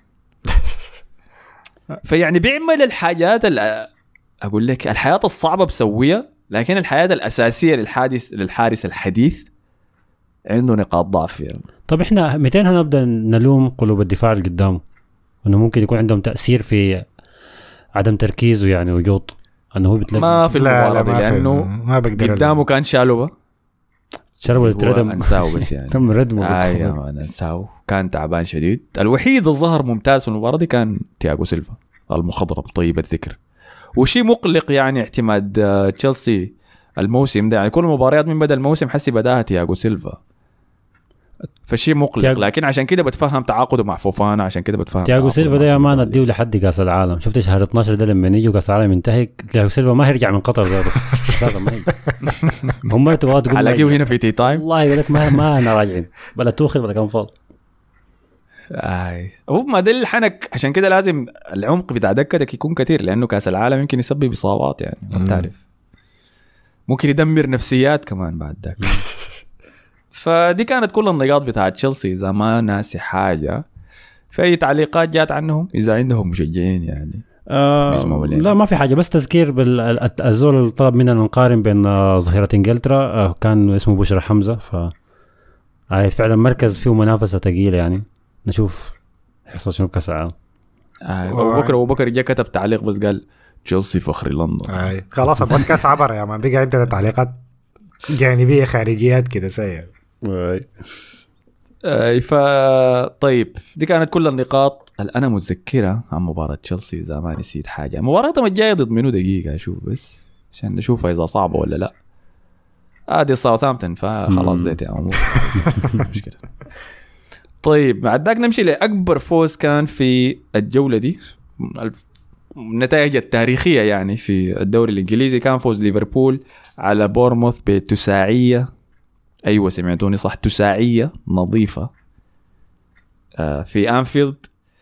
فيعني بيعمل الحاجات اقول لك الحياه الصعبه بسويها لكن الحياه الاساسيه للحارس الحديث عنده نقاط ضعف يعني. طب احنا 200 هنبدا نلوم قلوب الدفاع اللي قدامه انه ممكن يكون عندهم تاثير في عدم تركيزه يعني وجود انه هو بتلاقي ما في المباراه لانه ما قدامه كان شالوبه التردم انساو بس يعني تم ردمه. ايوه انا انساو كان تعبان شديد. الوحيد الظهر ممتاز في المباراه دي كان تياغو سيلفا المخضرم طيب الذكر. وشيء مقلق يعني اعتماد تشيلسي الموسم ده يعني كل المباريات من بدأ الموسم حسي بداها تياغو سيلفا فشيء مقلق. لكن عشان كده بتفهم تعاقده مع فوفانا عشان كده بتفهم تياغو سيلفا ده ما نديه لحد كاس العالم. شفت شهر 12 ده لما يجوا كاس العالم ينتهي تياغو سيلفا ما هيرجع من قطر ذاته. هم تبغى تقول على هنا في تي تايم والله يقول لك ما انا راجعين بلا توخل ولا كان فاضي. هو ما ده الحنك عشان كده لازم العمق بتاع دكتك يكون كتير لانه كاس العالم يمكن يسبب اصابات يعني ما بتعرف ممكن يدمر نفسيات كمان بعد ذاك. فدي كانت كل النقاط بتاعه تشيلسي اذا ما ناسي حاجه. في تعليقات جات عنهم اذا عندهم مشجعين يعني لا ما في حاجه بس تذكير بالزول اللي طلب مننا نقارن بين ظهيره انجلترا كان اسمه بشرى حمزه هاي فعلا مركز فيه منافسه ثقيله يعني. نشوف يحصل شنو بكاس العالم. أبو بكر جاء كتب تعليق بس قال تشيلسي فخر لندن. خلاص البودكاست عبر يا مان بقى عندنا تعليقات جانبيه خارجيات كده سيئه. طيب دي كانت كل النقاط اللي انا متذكرها عن مباراه تشيلسي اذا ما نسيت حاجه. مباراتهم الجايه ضد منو دقيقه اشوف بس عشان نشوفها اذا صعبه ولا لا. دي ساوثهامبتون فخلاص زيت يا امور مشكله. طيب بعد ذاك نمشي لاكبر فوز كان في الجوله دي النتائج التاريخيه يعني في الدوري الانجليزي. كان فوز ليفربول على بورموث بتساعيه. ايوه سمعتوني صح تساعيه نظيفه في انفيلد.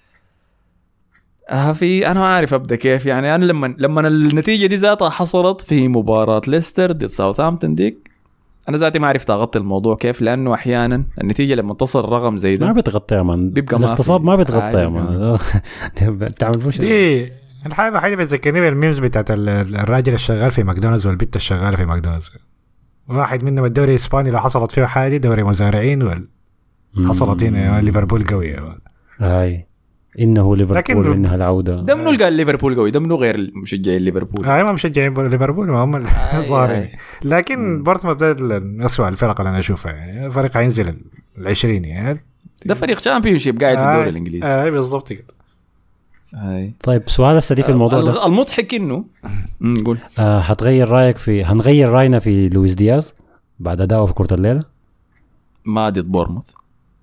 في انا ما عارف ابدا كيف يعني. انا لما النتيجه دي ذاتها حصلت في مباراه ليستر ضد ساوثهامبتون ديك انا ذاتي ما عرفت اغطي الموضوع كيف لانه احيانا النتيجه لما تصل رقم زي ده ما بتغطي يا مان. الاغتصاب ما بتغطي يا مان. تعمل دي الحاجه الوحيده بتذكرني بالميمز بتاعت الراجل الشغال في ماكدونالدز والبنت الشغاله في ماكدونالدز. واحد منهم الدوري الاسباني لو حصلت فيه حاجه دوري مزارعين حصلت هنا ليفربول قوية. هاي انه ليفربول وانها العوده. ده منو قال ليفربول قوي؟ ده منو غير مشجعين ليفربول؟ ما مشجعين ليفربول ما هم ظاهرين. لكن بورتموث ده اسوء الفرق اللي انا اشوفها يعني. فريق هينزل ال20 يعني. ده فريق تشامبيونشيب قاعد في الدوري الانجليزي. بالضبط كده. طيب سؤال السديف في الموضوع ده المضحك انه نقول هتغير رايك في هنغير راينا في لويس دياز بعد اداؤه في كرة الليلة؟ ما ضد بورموث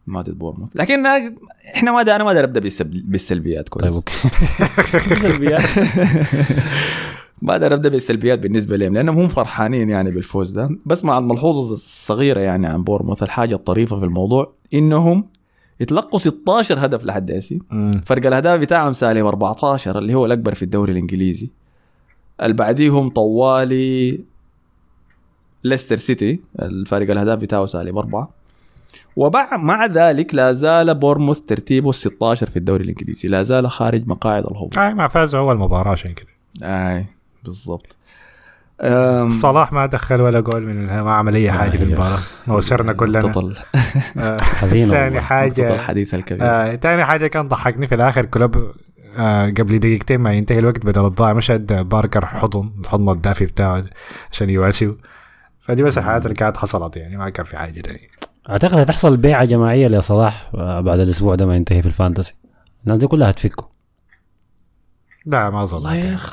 ما ضد بورموث، لكن احنا انا ما ابدا بالسلبيات كويس. طيب اوكي. السلبيات ما ابدا بالسلبيات بالنسبه لهم لانهم هم فرحانين يعني بالفوز ده. بس مع الملحوظه الصغيره يعني عن بورموث، الحاجه الطريفه في الموضوع انهم يتلقوا 16 هدف لحد هسه. فرق الاهداف بتاعهم سالب 14 اللي هو الاكبر في الدوري الانجليزي. البعديهم طوالي ليستر سيتي الفارق الاهداف بتاعه سالب 4. ومع ذلك لا زال بورموث ترتيبه 16 في الدوري الانجليزي، لا زال خارج مقاعد الهبوط. ما فاز اول مباراه عشان كده. بالضبط. صلاح ما دخل ولا جول من ما عمل اي حاجه في المباراه، وسرنا كلنا. حزين. ثاني حاجه الحديث الكبير. ثاني حاجه كان ضحكني في الاخر كلوب قبل دقيقتين ما ينتهي الوقت بدل الضاع مشهد باركر الحضن الدافي بتاعه عشان يواسيه. فدي بس الحاجات اللي كانت حصلت يعني، ما كان في حاجه تانية. اعتقد هتحصل بيعه جماعيه لصلاح بعد الاسبوع ده ما ينتهي في الفانتسي. الناس دي كلها هتفكوا. لا ما اظن.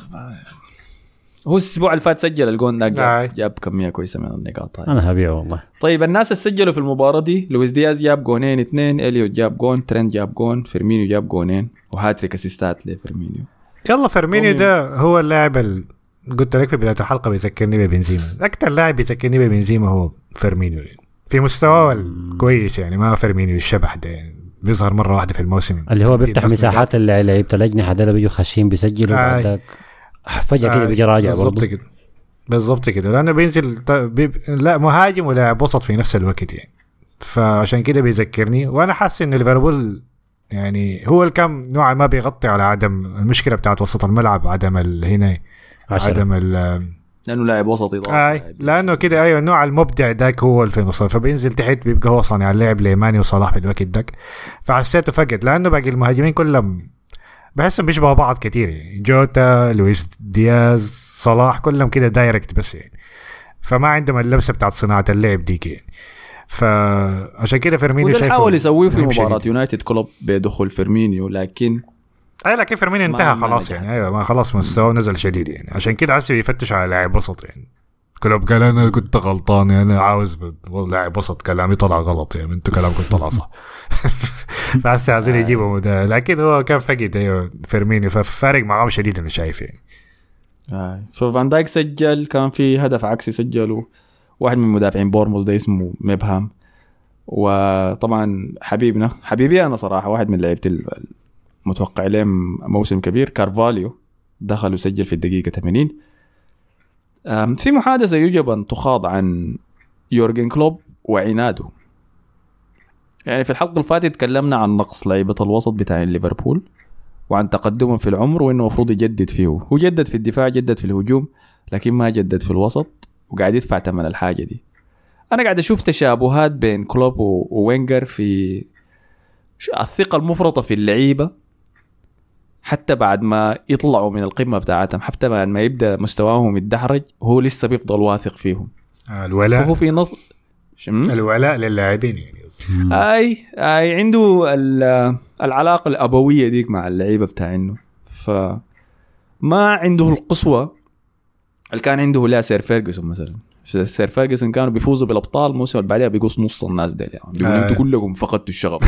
هو الاسبوع اللي فات سجل الجون ده، جاب كميه كويسه من النقاط. انا هبيعه والله. طيب الناس اللي سجلوا في المباراه دي، لويس دياز جاب جونين 2، اليوت جاب جون، ترينت جاب جون، فيرمينيو جاب جونين، وهاتريك اسيستات لفيرمينيو. يلا فيرمينيو ده هو اللاعب قلت لك في بدايه الحلقه بيذكرني ببنزيما. اكثر لاعب بيذكرني ببنزيما هو فيرمينيو في مستواه الكويس يعني. ما فيرمينيو الشبح ده يعني بيظهر مره واحده في الموسم اللي هو بيفتح مساحات اللعيبه الاجنحه ده بيجوا خاشين بيسجلوا بعدك فجاه كده بيجي راجع برضه. بالضبط كده لانه بينزل لا مهاجم ولاعب وسط في نفس الوقت يعني. فعشان كده بيذكرني. وانا حاسس ان ليفربول يعني هو الكم نوعا ما بيغطي على عدم المشكله بتاعت وسط الملعب، عدم هنا عدم لانه لاعب وسط اضافي. لانه كده ايوه النوع المبدع داك هو في النص، فبينزل تحت بيبقى هو صانع اللعب لماني وصلاح في الوقت داك. فحسيته فقد لانه باقي المهاجمين كلهم بحسهم بيشبهوا بعض كتير يعني. جوتا، لويس دياز، صلاح كلهم كده دايركت بس يعني. فما عندهم اللمسه بتاعت صناعه اللعب ديك يعني. فعشان كده فيرمينيو شايفه حاول يسويه في مباراه يونايتد كلوب بدخول فيرمينيو، لكن لكن فيرمينيو انتهى خلاص يعني. ايوه ما خلاص مستواه نزل شديد يعني. عشان كده عايز يفتش على لاعب وسط يعني. كلوب قال انا كنت غلطان يعني، انا عاوز لاعب وسط، كلامي طلع غلط يعني، انتوا كلامكم طلع صح. بس عايزين يجيبوا ده، لكن هو كان فقد ايوه فيرمينيو، ففارق معاه شديد انا شايف يعني. فان دايك سجل، كان في هدف عكسي سجله واحد من مدافعين بورموث ده اسمه ميبهام. وطبعا حبيبي انا صراحه واحد من لعيبه المتوقع لهم موسم كبير، كارفاليو دخل وسجل في الدقيقه 80. في محادثه يجب ان تخاض عن يورجن كلوب وعناده. يعني في الحلقه اللي فاتت تكلمنا عن نقص لعيبه الوسط بتاع ليفربول وعن تقدمهم في العمر وانه المفروض يجدد فيه. هو جدد في الدفاع، جدد في الهجوم، لكن ما جدد في الوسط وقاعد يدفع ثمن الحاجه دي. انا قاعد اشوف تشابهات بين كلوب ووينجر في الثقه المفرطه في اللعيبه حتى بعد ما يطلعوا من القمه بتاعتهم، حتى بعد ما يبدا مستواهم يتدحرج هو لسه بيفضل واثق فيهم. الولاء، فهو في نص الولاء للاعبين يعني. اي عنده العلاقه الابويه ديك مع اللعيبه بتاعينه. فما عنده القسوه اللي كان عنده لا سير فيرغسون مثلا. سير فيرغسون كانوا بيفوزوا بالابطال الموسم اللي بعدها بيقص نص الناس دي يعني. بيقولوا انتوا كلكم فقدتوا الشغف،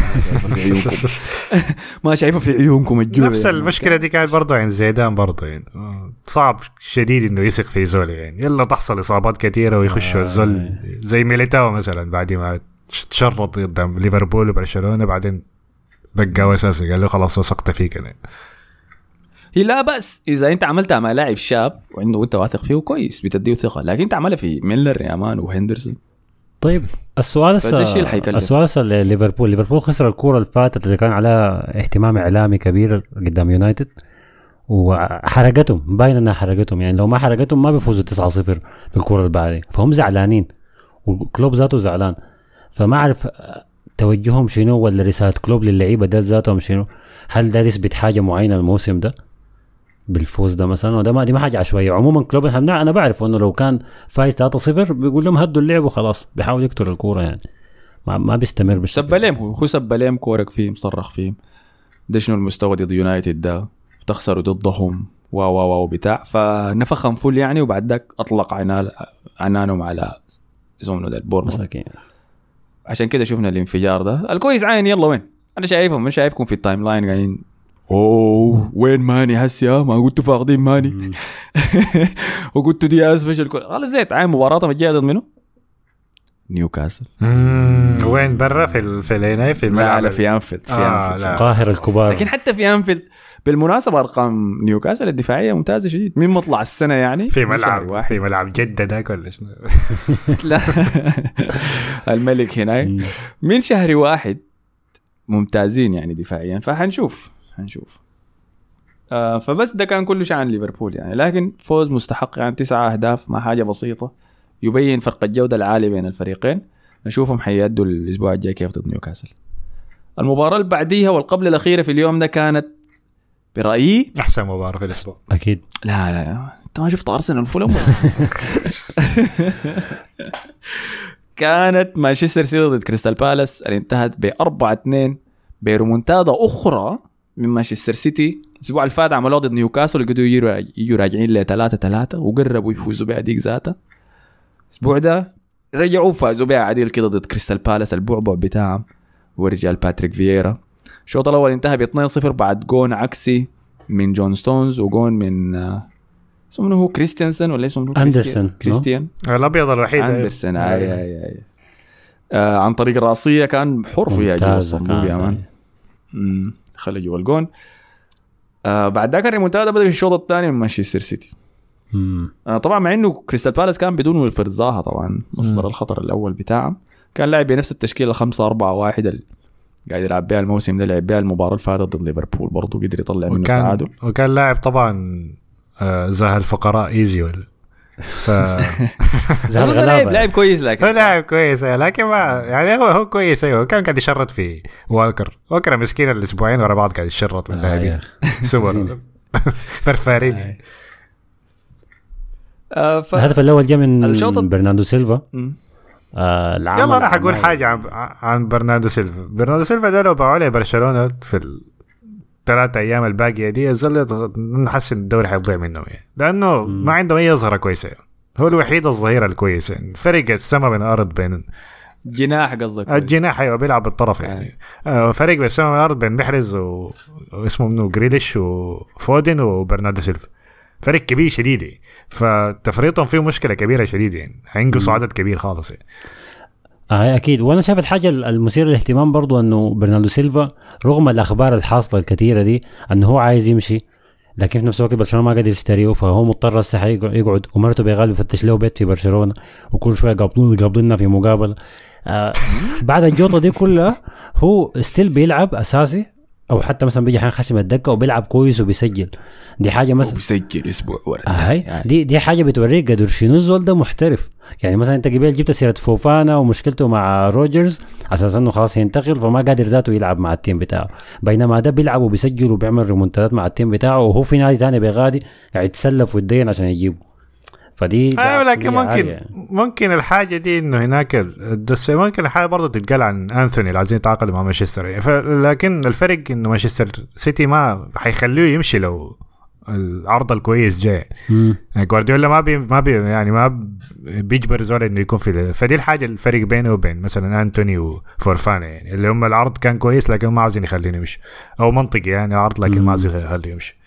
ما شايفه في عيونكم الجوع. نفس المشكله دي كانت برضه عند زيدان برضه يعني. صعب شديد انه يثق في زول يعني. يلا تحصل اصابات كثيره ويخشوا الزول زي ميليتاو مثلا بعد ما تشرط قدام ليفربول وبرشلونه، بعدين بقى اساسي قال له خلاص وثقت فيك انا. هي لا بأس إذا أنت عملتها مع لاعب شاب وأنت واثق فيه كويس بتديه ثقة، لكن أنت عملها في ميلر يا مان وهندرسون. طيب السؤال ليفربول خسر الكورة الفاتت اللي كان عليها اهتمام إعلامي كبير قدام يونايتد وحرقتهم، باين أنها حرقتهم يعني. لو ما حرقتهم ما بيفوزوا 9-0 في الكورة البعدين، فهم زعلانين وكلوب ذاته زعلان. فما أعرف توجههم شنو ولا رسالة كلوب للعيبة دل ذاتهم شنو. هل ده يثبت حاجة معينة الموسم ده بالفوز ده مثلا؟ وده دي ما حاجة عشوائية. عموما كلوب أنا بعرف أنه لو كان فايز 3-0 بيقول لهم هدوا اللعب وخلاص، بيحاول يقتل الكورة يعني، ما بيستمر بالشكل. هو سب لهم كورك فيهم، صرخ فيهم ده شنو المستوى ضد يونايتد ده، تخسروا ضدهم واو بتاع، فنفخهم فل يعني. وبعد ذاك أطلق عنانهم على زمنه ده البورموث. عشان كده شفنا الانفجار ده. الكويس عين يلا وين انا شايفهم، مش شايفكم في التايم لاين قاعدين اوه وين ماني هسه ما قلتوا فاقدين ماني وقلتوا دي اسفش خلاص زيت عين مباراه الجايه ضد منو؟ نيوكاسل. وين برا في هنا في الملعب؟ لا في انفيلد القاهرة الكبار. لكن حتى في انفيلد بالمناسبة أرقام نيوكاسل الدفاعية ممتازة شديد. مين مطلع السنة يعني في ملعب جدة داك ولا شنو؟ لا الملك هناك من شهر واحد ممتازين يعني دفاعيا. فهنشوف فبس ده كان كله شأن ليفربول يعني. لكن فوز مستحق يعني 9 أهداف ما حاجة بسيطة، يبين فرق الجودة العالي بين الفريقين. نشوفهم حيادوا الأسبوع الجاي كيف ضد نيوكاسل. المباراة اللي بعديها والقبل الأخيرة في اليوم ده كانت برأيي أحسن مباراة في الأسبوع أكيد. لا أنت ما شفت أرسنال فولم؟ كانت مانشستر سيتي ضد كريستال بالاس اللي انتهت ب4-2 بريمونتادا أخرى من مانشستر سيتي. الأسبوع اللي فات عملوا ضد نيوكاسل قدروا يجوا راجعين ل 3-3 وقربوا يفوزوا بها ديك ذاتها. الأسبوع ده رجعوا فازوا بها عديل كده ضد كريستال بالاس البعبع بتاعهم ورجال باتريك فييرا. الشوط الأول انتهى ب2-0 بعد جون عكسي من جون ستونز وجون من اسمه هو كريستيانسن ولا اسمه أندرسون كريستيان الأبيض الوحيد أندرسون عن طريق الرأسية كان حر فيها جوا الصندوق يا مان خلى جوا الجون. بعد ذاك الريمونتادا بدأ في الشوط الثاني من مانشستر سيتي. طبعا مع انه كريستال بالاس كان بدون ويلفرد زاها طبعا مصدر الخطر الاول بتاعهم، كان لاعب بنفس التشكيله 5-4-1 قاعد يلعب بها الموسم ده، لعب بها المباراه اللي فاتت ضد ليفربول برضه قدر يطلع منه التعادل. وكان لاعب طبعا زاهل الفقراء ايزي ولا لاعب كويس لكن لاعب كويس لكن ما يعني هو كويس. ايوه كان قاعد يشرط في وكر مسكين الاسبوعين ورا بعض قاعد يشرط من لاعبين سوبر فرفارين. الهدف الاول جاء من برناردو سيلفا. يلا انا حقول حاجه عن برناردو سيلفا ده لو باعوا عليه برشلونه في ال3 أيام الباقيه دي نحس ان الدوري حيضيع منه يعني، لانه ما عنده اي ظهره كويسه. هو الوحيد الظهير الكويس يعني. فرق السما من الارض بين جناح قصدك؟ الجناح ايوه بيلعب بالطرف يعني. فرق بين السما من الارض بين محرز واسمه منو جريليش وفودن وبرناردو سيلفا، فرق كبير شديد. فتفريطهم فيه مشكله كبيره شديده يعني، هينقصوا عدد كبير خالص يعني. اكيد. وانا شايف الحاجه المثيره للاهتمام برضو انه برناردو سيلفا رغم الاخبار الحاصله الكثيره دي انه هو عايز يمشي، لكن في نفس الوقت برشلونه ما قادر يشتريه، فهو مضطر الصحه يقعد ومرته بيغالب يفتش له بيت في برشلونه وكل شويه يقابلونا في مقابله. بعد الجوطه دي كلها هو ستيل بيلعب اساسي، او حتى مثلا بيجي حين خشم الدكه وبيلعب كويس وبيسجل. دي حاجه مثلا بيسجل اسبوع ورا يعني. دي حاجه بتوريك قدر شنو الزول ده محترف يعني. مثلا انت قبل جبت سيره فوفانا ومشكلته مع روجرز اساسا انه خلاص هينتقل فما قادر ذاته يلعب مع التيم بتاعه، بينما ده بيلعب وبيسجل وبيعمل ريمونتادات مع التيم بتاعه، وهو في نادي ثاني بيغادي يتسلف ويدين عشان يجيبه. فدي لكن ممكن الحاجه دي انه هناك ممكن الحاجه برضه تتقال عن انثوني اللي عايزين يتعاقدوا مع مانشستر يعني. لكن الفرق انه مانشستر سيتي ما حيخليه يمشي لو العرض الكويس جاي. جوارديولا ما بي يعني ما بيجبر زول انه يكون في. فدي الحاجه الفرق بينه وبين مثلا انتوني وفورفانا يعني، اللي هم العرض كان كويس لكن ما عايزين يخليه يمشي، او منطقي يعني عرض لكن ما عايزين يخليه يمشي.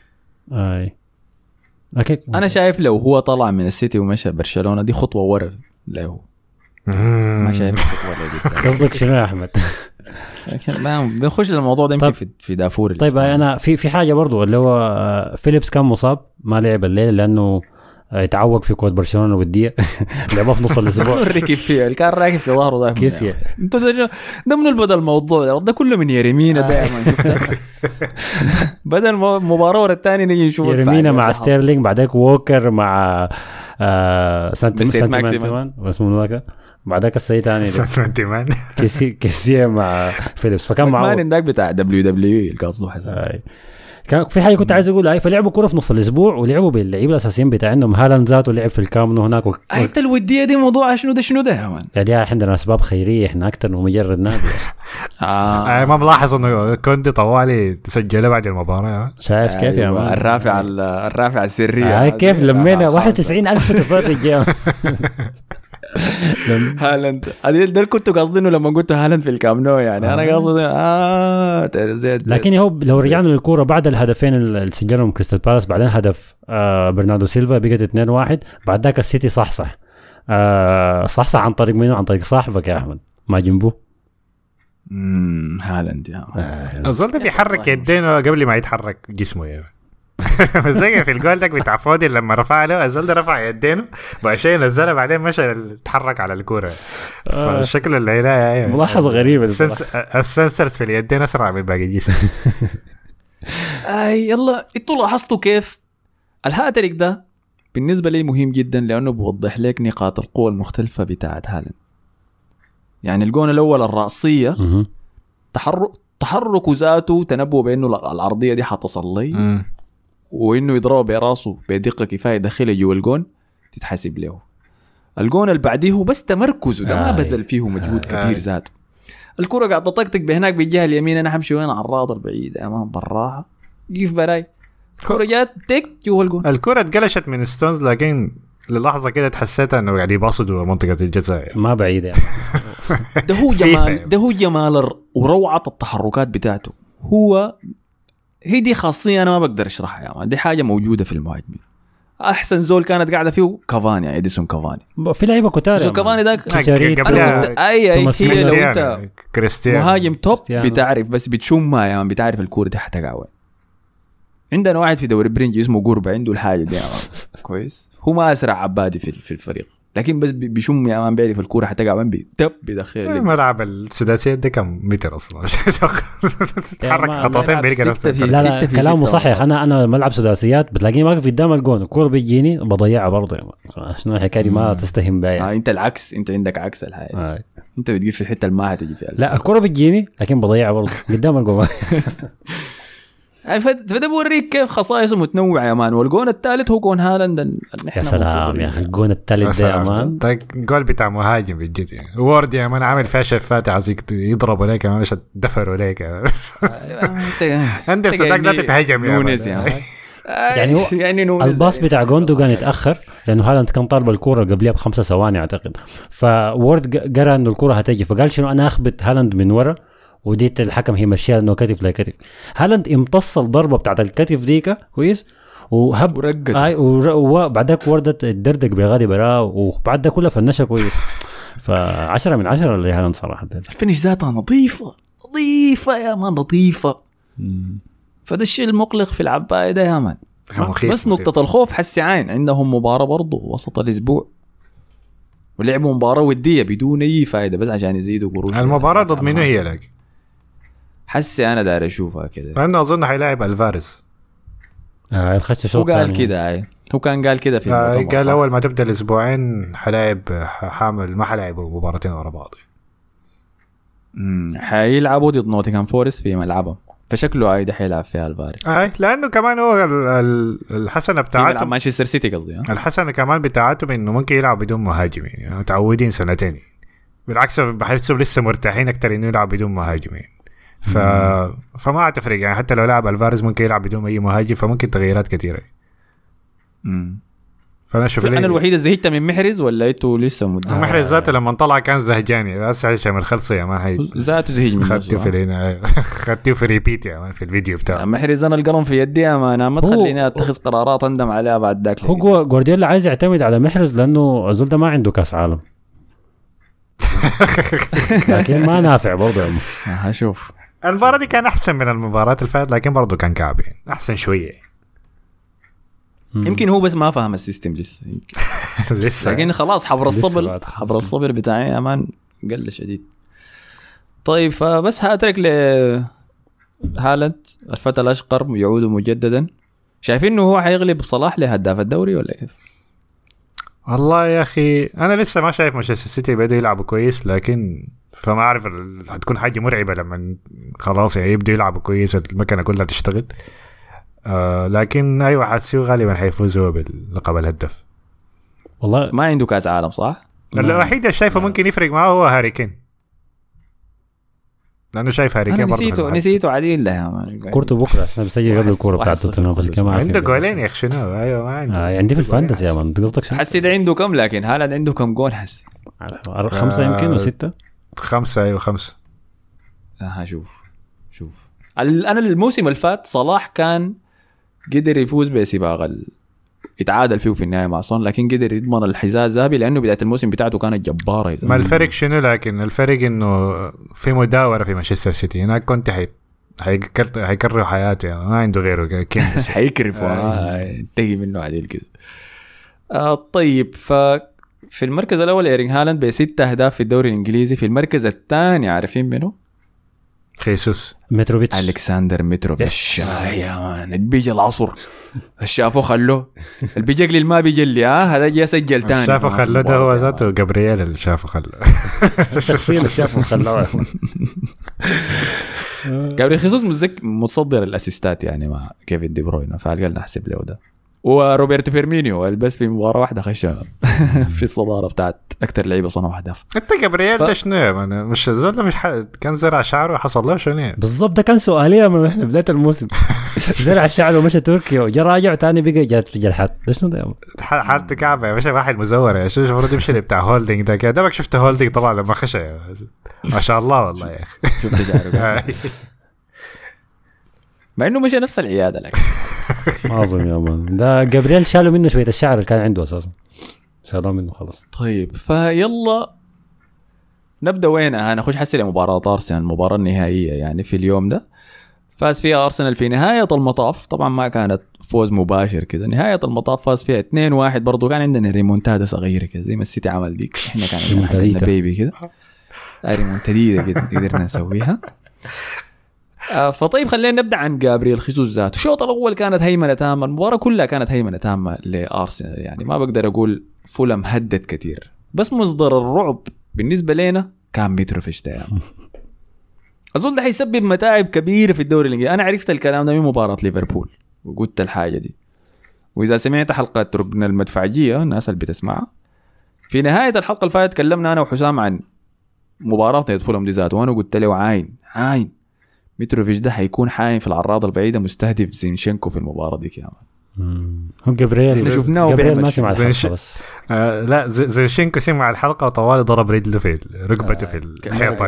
أكيد. أنا شايف لو هو طلع من السيتي ومشى برشلونة دي خطوة ورا له. ما شايف خطوة دي. قصدك شنو يا أحمد؟ بنخش للموضوع ده يمكن في دافور. طيب أنا في حاجة برضو اللي هو فيليبس كان مصاب ما لعب الليلة لأنه يتعوق في كود برشلونة الودية. لعبه في نص الأسبوع. ركب فيه كان راكب في ظهره ده كيسيا. أنت ده من البدل الموضوع ده كله من يرمينا دائما شفته. بدل مباراة ورا الثاني نيجي نشوف يرمينا مع ستيرلينج بعدك ووكر مع سانت ماكسيمان واسمه ذاك بعدك السيد ثاني سانتيمان كيسيا مع فيليبس. فكان معه ماكمان ذاك بتاع WWE القصد حسن. كان في حاجه كنت عايز اقولها. فلعبوا كره في نص الاسبوع ولعبوا باللعيبه الاساسيين بتاعهم. هالاند ذاته لعب في الكامب نو هناك حتى الوديه دي موضوع شنو ده يا مان يعني عندنا اسباب خيريه احنا اكثر من مجرد نادي. ما ملاحظ انه كنت طوالي سجله بعد المباراه. شايف كيف يا مان الرافعه السريه كيف لمينا 91,000 تفاصيل الجيم. هالاند ده كنت قاصدينه لما قلت هالاند في الكامب نو يعني انا قاصد زيت. لكن هو لو رجعنا للكوره بعد الهدفين اللي سجلهم كريستال بالاس بعدين هدف برناردو سيلفا بقت 2-1 بعد ذاك السيتي صحصح عن طريق منه عن طريق صاحبك يا احمد ما جنبه هالاند يا اظن بيحرك يدينه قبل ما يتحرك جسمه يعني زي في الجول داك بتاع فودي لما رفع له أزل ده رفع يدينه بقى شيء نزله بعدين مشى تحرك على الكوره فالشكل اللي هنا ملاحظه غريبه السنسرز في اليدين اسرع من باقي الجسم. يلا انتوا لاحظتوا كيف الهاتريك ده بالنسبه لي مهم جدا لانه بيوضح لك نقاط القوه المختلفه بتاعت هالاند. يعني الجون الاول الرأسيه تحرك ذاته تنبؤ بانه العرضيه دي حتصل لي وانه يضربه براسه بدقه كفايه داخله جوا الجون تتحسب له. الجون اللي بعديه هو بس تمركزه ده ما بذل فيه مجهود كبير ذاته. الكره قاعده تطقطق بهناك بالجهه اليمين انا حمشي وين على الراض البعيد امام براها يجي براي كره جات تك جوا الجون. الكره اتقلشت من ستونز لكن للحظه كده تحسيتها انه قاعد يباصدوا منطقه الجزاء ما بعيد يعني. ده هو جمال وروعه التحركات بتاعته. هي دي خاصيه انا ما بقدر اشرحها يعني. دي حاجه موجوده في المهاجمين. احسن زول كانت قاعده فيه كافاني يعني اديسون كافاني في لعيبه كتار اديسون كافاني ده اي هي لو انت كريستيانو مهاجم توب بتعرف بس بتشم ما يعني بتعرف الكوره دي حتقع وين. عندنا واحد في دوري برينجي اسمه قربة عنده الحاجه دي كويس. هو ما اسرع عبادي في الفريق لكن بس بيشم يا مان بيعرف الكوره حتقع وين بيتب بدخل ملعب السداسيه ده كم متر اصلا تتحرك خطوتين بيلقى نفسك. لا كلامه صحيح. انا ملعب سداسيات بتلاقيني واقف قدام الجون الكوره بيجيني بضيعها برضه يعني. شنو الحكايه ما تستهم بها انت العكس انت عندك عكس الحاجه انت بتجي في الحته ما هتجي فيها. لا الكوره بتجيني لكن بضيعها برضه قدام الجون. فده بوريك كيف خصائصه متنوعه يا مان. والجون الثالث هو جون هالاند. يا سلام يا اخي الجون الثالث ده يا مان. طيب جول بتاع مهاجم بجد يعني. وورد يا مان عامل فيها شفات عايزك يضربوا لك ما مش دفروا لك. عندك صدق ذات تهاجم يعني الباص بتاع جوندوغان يتاخر لانه هالاند كان طالب الكوره قبلها ب5 ثواني اعتقد. فورد قرا انه الكوره هتجي فقال شنو انا اخبط هالاند من ورا وديت الحكم هي مشيها انه كتف لا كتف. هالاند امتص الضربه بتاعت الكتف ديكا كويس وهب ورقت وبعدك وردت الدردق بغادي براه وبعد ده كله فنشها كويس. ف10 من 10 اللي هالاند صراحه. الفينش ذاتها نظيفه يا مان نظيفه. فده الشيء المقلق في العباية ده يا مان. بس نقطه الخوف حسي عين عندهم مباراه برضه وسط الاسبوع ولعبوا مباراه وديه بدون اي فائده بس عشان يزيدوا قروش. المباراه ضد مين هي لك؟ حسي انا داير اشوفها كده. انا اظن حيلاعب الفاريز. الخش شوط هو قال كده هو كان قال كده في المؤتمر. قال اول ما تبدا الاسبوعين حلاعب حامل ما حلاعب مباراتين ورا بعض. حيلعبوا ضد نوتنغهام فورست في ملعبهم فشكله ده حيلعب فيها الفاريز. لانه كمان هو الحسنه بتاعته مانشستر سيتي قصدي. الحسنه كمان بتاعته انه ممكن يلعب بدون مهاجمين يعني متعودين سنتين. بالعكس بحسوا لسه مرتاحين اكتر انه يلعب بدون مهاجمين. فما هتفرق يعني حتى لو لعب الفاريز ممكن يلعب بدون اي مهاجم فممكن تغييرات كثيره. فانا اشوف انا الوحيده زهقت من محرز ولا انتوا لسه محرز ذاته لما طلع كان زهجاني بس عشان الخلص يا ما هي ذاته زهج من خدته في هنا خدته في ريبيت يا مان في الفيديو بتاعه. محرز انا القلم في يدي انا ما تخليني اتخذ قرارات اندم عليها بعد ذاك. هو جوارديولا عايز يعتمد على محرز لانه الزول ده ما عنده كاس عالم. لكن ما نافع برضه. هشوف المباراة دي كان أحسن من المباراة الفات لكن برضو كان كعبي أحسن شوية. يمكن هو بس ما فهم السيستم لسه لكن خلاص حبر الصبر بتاعي أمان قل شديد. طيب فبس هاترك لهالاند الفتى الأشقر يعود مجددا. شايفين إنه هو حيغلب صلاح لهداف الدوري ولا كيف؟ والله يا أخي أنا لسه ما شايف مانشستر سيتي بدأ يلعبوا كويس لكن فما أعرف هتكون حاجة مرعبة لما خلاص يعني يبدأ يلعبوا كويس المكنة كلها تشتغل. لكن أيوة حاسيو غالبا حيفوزوا باللقب الهدف. والله ما عنده كاس عالم صح؟ الوحيد اللي شايفه ممكن يفرق معه هو هاري كين لأنه شايف هاري كين برضه نسيته عديل له كورته بكرة أنا بسجل قبل الكورة بتاعت توتنهام بس كمان عنده جولين يا أخي شنو. أيوة ما عنده عندي في الفانتسي يا مان قصدك حسي ده عنده كم لكن هالاند عنده كم جول حسي 5 يمكن و6 5 ايوه 5. شوف انا الموسم اللي فات صلاح كان قدر يفوز بسباق يتعادل فيه في النهايه مع صن، لكن قدر يضمن الحذاء الذهبي لانه بدايه الموسم بتاعته كانت جباره. ما الفرق شنو؟ لكن الفرق انه في مداوره في مانشستر سيتي، هناك كنت هيكرهوا حياته يعني، ما عنده غيره كين بس حيكرفوا ينتهي منه عديل كده. طيب في المركز الاول ايرينغ هالاند ب6 أهداف في الدوري الانجليزي. في المركز الثاني عارفين منه؟ خيسوس متروفيتش، الكسندر متروفيتش. يا مان البيجي العصر شافوا خلوه البيجي اللي ما بيجي اللي هذا جا سجل تاني. شافوا خلوه ده هو ذاته جابرييل اللي شافوا خلوه الشخصيه اللي شافوا خلوه. جابرييل خيسوس متصدر الاسيستات يعني مع كيفن دي بروين، فقال نحسب له ده. وروبرتو فيرمينيو بس في مباراة واحدة خش في الصدارة بتاعت أكتر لعيبة صنعوا أهداف. أنت جابرييل ده شنو؟ مش زول مش كان زرع شعره وحصل له شنو؟ بالضبط ده كان سؤالي من إحنا بداية الموسم. زرع شعره ومشى تركيا وجا راجع تاني بقى جات الحد. ده شنو ده؟ حالته كعبة يا باشا، واحد مزور يا شو المفروض يمشي اللي بتاع هولدينج ده كده. دمك شفت هولدينج طبعا لما خشى ما شاء الله والله يا أخي. شفت شعره مع إنه مشى نفس العيادة لكن. عظيم يا مان. ده جابرييل شالوا منه شوية الشعر اللي كان عنده أساسا، شالوه منه خلاص. طيب فيلا نبدأ وين؟ نخش حسي لمباراة أرسنال، المباراة النهائية يعني في اليوم ده فاز فيها أرسنال في نهاية المطاف. طبعا ما كانت فوز مباشر كده، نهاية المطاف فاز فيها 2-1. برضو كان عندنا ريمونتادا صغيرة كده زي ما السيتي عمل ديك، احنا كان عندنا بيبي كده ريمونتادية كده قدرنا نسويها. فطيب خلينا نبدأ عن جابرييل خيسوس ذاته. الشوط الأول كانت هيمنة تامة، المباراة كلها كانت هيمنة تامة لأرسنال يعني. ما بقدر أقول فولم هدد كتير، بس مصدر الرعب بالنسبة لنا كان متروفيتش ده يعني. أظن ده حيسبب متاعب كبيرة في الدوري الإنجليزي. أنا عرفت الكلام ده من مباراة ليفربول وقلت الحاجة دي، وإذا سمعت حلقة ركن المدفعجية الناس اللي بتسمعها في نهاية الحلقة اللي فاتت تكلمنا أنا وحسام عن مباراة فولم دي ذاته، وأنا قلت له عاين متروفيتش ده حيكون حايم في العراضة البعيدة مستهدف زينشينكو في المباراة دي كمان. هو جابرييل شفناه ما سمع الحلقة بس لا زينشينكو سمع الحلقة وطوالي ضرب رجله في ركبته في الحيطة.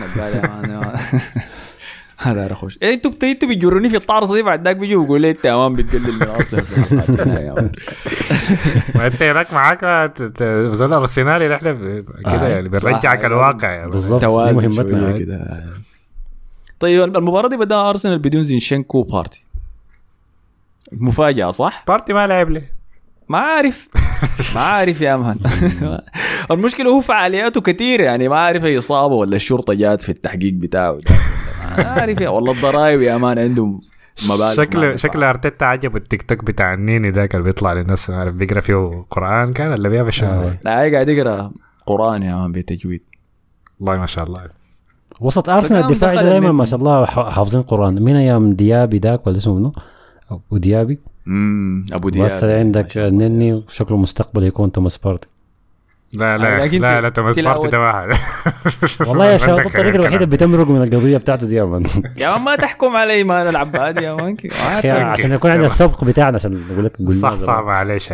هذا رخوش. انتوا بيجروني في الطارصة دي، بعد ذاك بيجوا بيقول لي تمام بتقلل من أرسنال في الحلقات يا مان. ما انت هناك معاك زول الارسنالي احنا كده يعني بنرجعك الواقع يعني. بالضبط دي مهمتنا كده. طيب المباراة دي بدأ أرسنال بدون زينشينكو بارتي. مفاجأة صح؟ بارتي ما لعب ليه؟ ما عارف يا مان. المشكلة هو فعالياته كتير يعني، ما عارف هي إصابة ولا الشرطة جات في التحقيق بتاعه. ما عارف يا والله الضرايب يا مان عندهم مبالغ. شكله أرتيتا عجب التيك توك بتاع النيني ذاك اللي بيطلع للناس عارف بيقرأ فيه قرآن كان اللي بيها بشوي. لا قاعد يقرأ قرآن يا مان بتجويد. الله ما شاء الله. وسط أرسنال الدفاعي دائما ما شاء الله حافظين قرآن من أيام ديابي ذاك ولا اسمه منه أبو ديابي. أبو ديابي. بس عندك نني وشكله مستقبل يكون توماس بارتي. لا توماس بارتي ده واحد. والله يا شباب الطريقة الوحيدة بتمرق من القضية بتاعته دي يا مان. يا مان ما تحكم علي ما نلعب عادي يا مان. عشان يكون عندنا السبق بتاعنا عشان نقول لك صح معلش.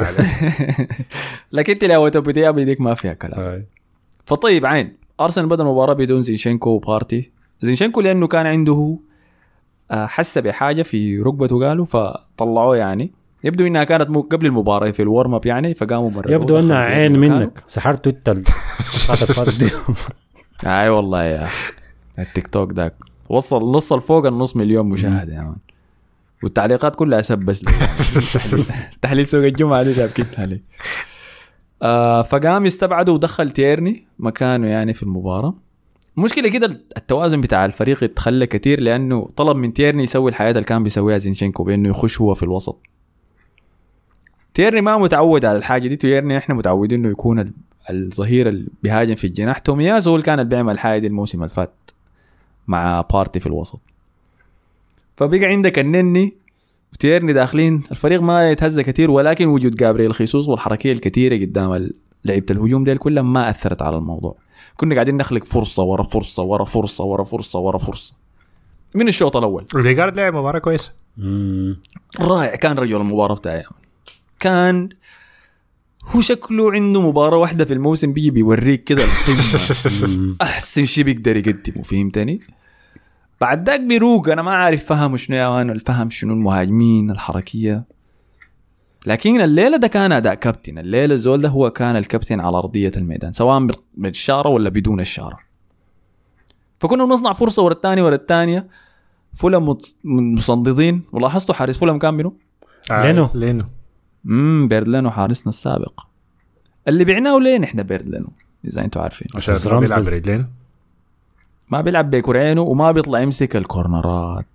لكن تلاوة أبو ديابي ديك ما فيها كلام. فطيب عين أرسنال بدأ المباراة بدون زينشينكو وبارتي. زينشينكو لأنه كان عنده حس بحاجة في ركبته قالوا فطلعوه يعني. يبدو إنها كانت قبل المباراة في الورم اب يعني، فقاموا مرة. يبدو إنها عين منك سحرت التل. أي والله يا التيك توك داك وصل فوق النص مليون مشاهدة يا مان، والتعليقات كلها سبس لي. تحليل سوق الجمعة دي شابكتها لي. فقام يستبعده ودخل تيرني مكانه يعني في المباراة. مشكلة كده التوازن بتاع الفريق اتخلى كتير، لأنه طلب من تيرني يسوي الحياة اللي كان بيسويها زينشينكو بأنه يخش هو في الوسط. تيرني ما متعود على الحاجة دي. تيرني احنا متعودين انه يكون الظهير اللي بيهاجم في الجناح. تومياس هو اللي كان بيعمل الحاجة دي الموسم اللي فات مع بارتي في الوسط. فبقى عندك النني وتيرني داخلين، الفريق ما يتهز كتير، ولكن وجود جابرييل خيسوس والحركية الكتيرة قدام لعيبة الهجوم ديل كلها ما أثرت على الموضوع. كنا قاعدين نخلق فرصة ورا فرصة ورا فرصة ورا فرصة ورا فرصة من الشوط الأول. ليغارد لعب مباراة كويسة رائع كان رجل المباراة بتاعي. كان هو شكله عنده مباراة واحدة في الموسم بيجي بيوريك كده أحسن شيء بيقدر يقدمه. فهمتني؟ بعد ذاك بيروق. أنا ما عارف فهم شنو يا مان، الفهم شنو المهاجمين الحركية. لكن الليلة ده كان أداء كابتن. الليلة الزول ده هو كان الكابتن على أرضية الميدان سواء بالشارة ولا بدون الشارة. فكنا بنصنع فرصة ورا الثانية ورا الثانية. فولم مصندين. ولاحظتوا حارس فولم كان منو؟ لينو. بيرد لينو حارسنا السابق اللي بعناه لين احنا بيرد لينو اذا انتوا عارفين. عشان ما بيلعب برجلين، ما بيلعب بكرعينه وما بيطلع يمسك الكورنرات.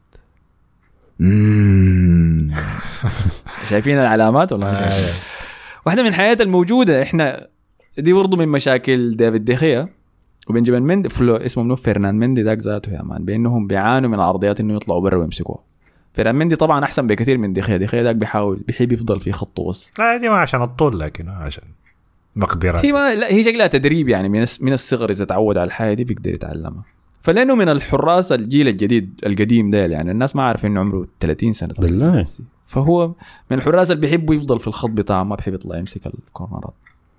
شايفين العلامات ولا شايفين؟ واحدة من حياة الموجودة احنا دي برضو من مشاكل ديفيد ديخيا وبنجامين مندي اسمه منو فرنان مندي ذاك ذاته يا مان، بانهم بيعانوا من عرضيات انه يطلعوا برا ويمسكوها. فرنان مندي طبعا احسن بكثير من ديخيا ذاك بيحب يفضل في خط وسط. دي ما عشان الطول لكن عشان مقدرات. هي شكلها تدريب يعني من الصغر اذا تعود على الحاجه دي بيقدر يتعلمها. فلانه من الحراس الجيل الجديد القديم ده يعني الناس ما عارفين انه عمره 30 سنه بالله. فهو من الحراس اللي بيحبوا يفضل في الخط بتاعه، ما بيحب يطلع يمسك الكورنرات.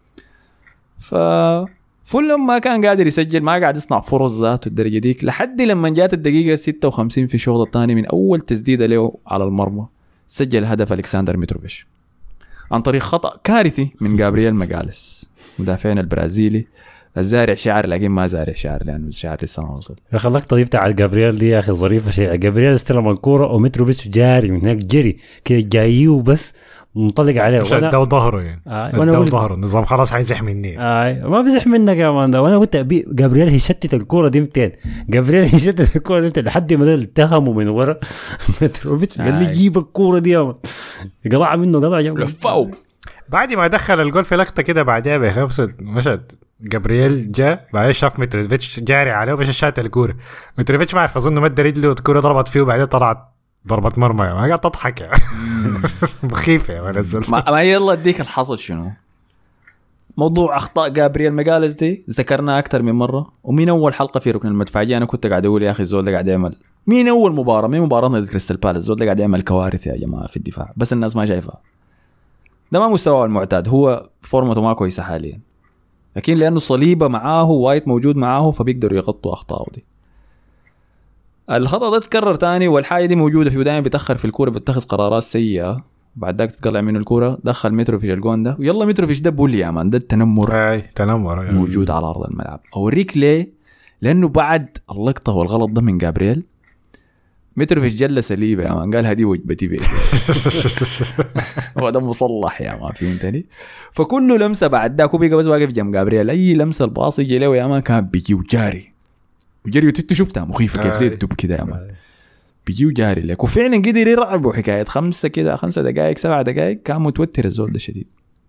فولم ما كان قادر يسجل، ما قاعد يصنع فرص ذاته الدرجه ديك لحد لما جات الدقيقه 56 في الشوط الثاني من اول تسديده له على المرمى سجل هدف الكسندر ميتروفيتش عن طريق خطأ كارثي من جابرييل ماغاليس مدافعين البرازيلي الزارع شعر لكن ما زارع شعر لانه الشعر لسه ما وصل. يا اخي خليك تضيف على جابرييل دي يا اخي ظريفه شيء. جابرييل استلم الكوره وميتروفيتش جاري من هناك جري كده جايه وبس منطلق عليه ده ظهره يعني ده ظهره النظام خلاص حيزح مني. ما بيزح منك يا مان ده. وانا قلت جابرييل هيشتت الكوره دي متين. جابرييل هيشتت الكوره دي متين لحد ما اتهموا من ورا ميتروفيتش قال لي جيب الكوره دي يا مان. قطع منه قطع لفاو بعد ما دخل الجول في لقطه كده بعدها بخمسه مشت جابرييل جاء بعدين شاف ميتروفيتش جاري عليه ومش شات الكوره. ميتروفيتش ما عرف اظن مد رجله والكوره ضربت فيه وبعدين طلعت ضربة مرمى. ما قاعد تضحك يعني مخيفة يا منزل. ما يلا اديك الحصل شنو موضوع اخطاء جابرييل ماغاليس دي ذكرناها اكثر من مرة. ومين اول حلقة في ركن المدفعية انا كنت قاعد اقول يا اخي الزول ده قاعد يعمل مين اول مباراة ضد كريستال بالاس الزول ده قاعد يعمل كوارث يا جماعة في الدفاع بس الناس ما شايفها. ده ما مستواه المعتاد. هو فورمته ما كويسة حاليا لكن لانه صليبة معاه وايت موجود معاه فبيقدروا يغطوا اخطاءه دي. الخطأ ده تكرر تاني والحاجة دي موجودة فيه دائما بيتأخر في الكورة بيتخذ قرارات سيئة بعد ذاك تطلع منه الكورة. دخل ميتروفيتش الجون ده ويلا ميتروفيتش ده بولي يا مان. ده التنمر موجود على أرض الملعب. أوريك ليه؟ لأنه بعد اللقطة والغلط ده من جابرييل ميتروفيتش جل سليبة يا مان قال هدي وجبتي بيه هو ده مصلح يا مان فهمتني. فكله لمسة بعد ذاك وبيقى بس واقف جنب جابرييل أي لمسة الباصي يجي له يا مان كان بيجي وجاري وتت شفتها مخيفة كيف زي الدب كده يا مان بيجي وجاري لك وفعلا قدر يرعبوا حكاية 5 دقائق 7 دقائق كان متوتر الزول ده شديد.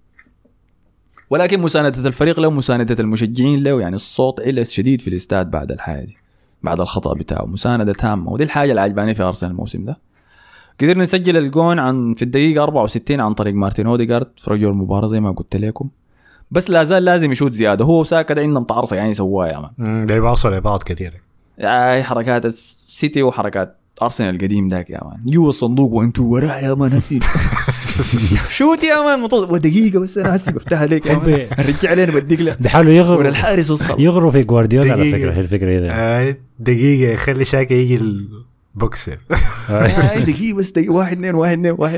ولكن مساندة الفريق له مساندة المشجعين له يعني الصوت علة شديد في الاستاد بعد الحاجة دي بعد الخطأ بتاعه مساندة تامة. ودي الحاجة اللي عجباني في أرسنال الموسم ده. قدرنا نسجل الجون في الدقيقة 64 عن طريق مارتين أوديغارد في رجل المباراة زي ما قلت لكم بس لا زال لازم يشوت زيادة. هو ساكد عندنا متعرصة يعني سواه يا مان ده يباصل بعض كتير يعني حركات السيتي وحركات أرسنال القديم داك يا مان جوا الصندوق وانتوا وراه يا مان هسي شوت يا مان ودقيقة بس أنا هسي بفتحها ليك يا مان رجع علينا بديك له بحاولوا يغروا الحارس وصل يغروا في جوارديولا على فكرة. هي الفكرة هذا دقيقة خلي شاكي يجي البوكسر دقيقة بس دقيقة 1 2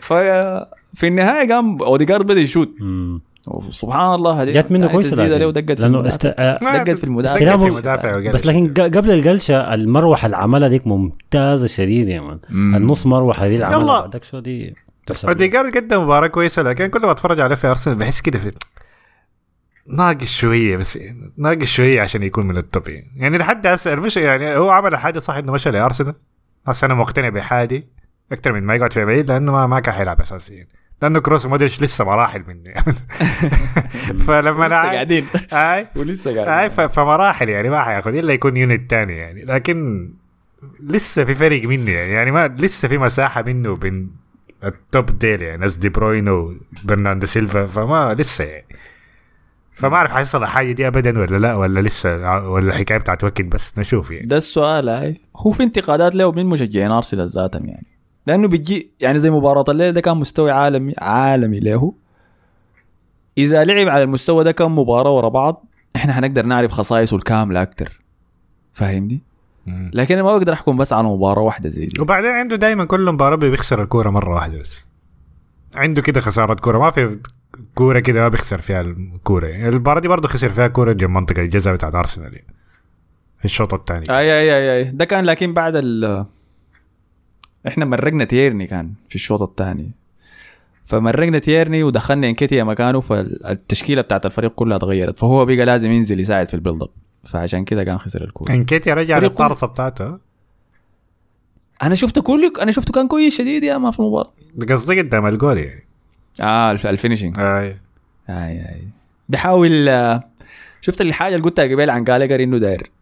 في النهاية قام أوديغارد بدأ يشوت سبحان الله هذه جات منه كويسه لانه دقت في المدافع بس لكن قبل الجلشه المروحه اللي عملها ديك ممتازه شديد يا مان. النص مروحه دي اللي عملها بعدك شو دي اوديغارد قدم مباراه كويسه لكن كل ما اتفرج عليه في ارسنال بحس كده في ناقص شويه بس ناقص شويه عشان يكون من التوب يعني لحد هسه مش يعني هو عمل حاجه صح انه مشى لارسنال. هسه انا مقتنع بحادي اكثر من ما يقعد في بعيد لانه ما كان حيلعب اساسيا لانه كروس مودريتش لسه مراحل منه يعني. فلما لسه قاعدين ولسه قاعدين فمراحل يعني ما حياخذ الا يكون يونت تاني يعني لكن لسه في فرق منه يعني ما لسه في مساحه منه وبين التوب ديل يعني ناس دي بروين وبرناردو سيلفا فما لسه يعني فما اعرف حيصل الحاجه دي ابدا ولا لا ولا لسه ولا الحكايه بتاعت وقت بس نشوف يعني. ده السؤال هو في انتقادات له من مشجعين ارسنال ذاتهم يعني لانه بيجي يعني زي مباراه الليله ده كان مستوى عالمي له اذا لعب على المستوى ده كم مباراه ورا بعض احنا هنقدر نعرف خصائصه الكامله اكتر، فاهمني؟ لكن انا ما بقدر احكم بس على مباراه واحده زي دي. وبعدين عنده دايما كل مباراه بيخسر الكوره مره واحده بس، عنده كده خساره كوره، ما في كوره كده ما بيخسر فيها الكوره. يعني المباراه دي برضه خسر فيها كوره جنب منطقه الجزاء بتاعت ارسنال في الشوط الثاني. اي ده كان، لكن بعد احنا مرقنا تيرني كان في الشوط الثاني، فمرقنا تيرني ودخلنا انكيتيا مكانه، فالتشكيله بتاعت الفريق كلها تغيرت، فهو بقى لازم ينزل يساعد في البيلد اب، فعشان كده كان خسر الكوره. انكيتيا رجع للطارصه بتاعته. انا شفته كان كويس شديد يا ما في المباراه، قصدي قدام الجول يعني. الفينيشنج. اي بيحاول. شفت الحاجه اللي قلتها قبل عن جالجر انه داير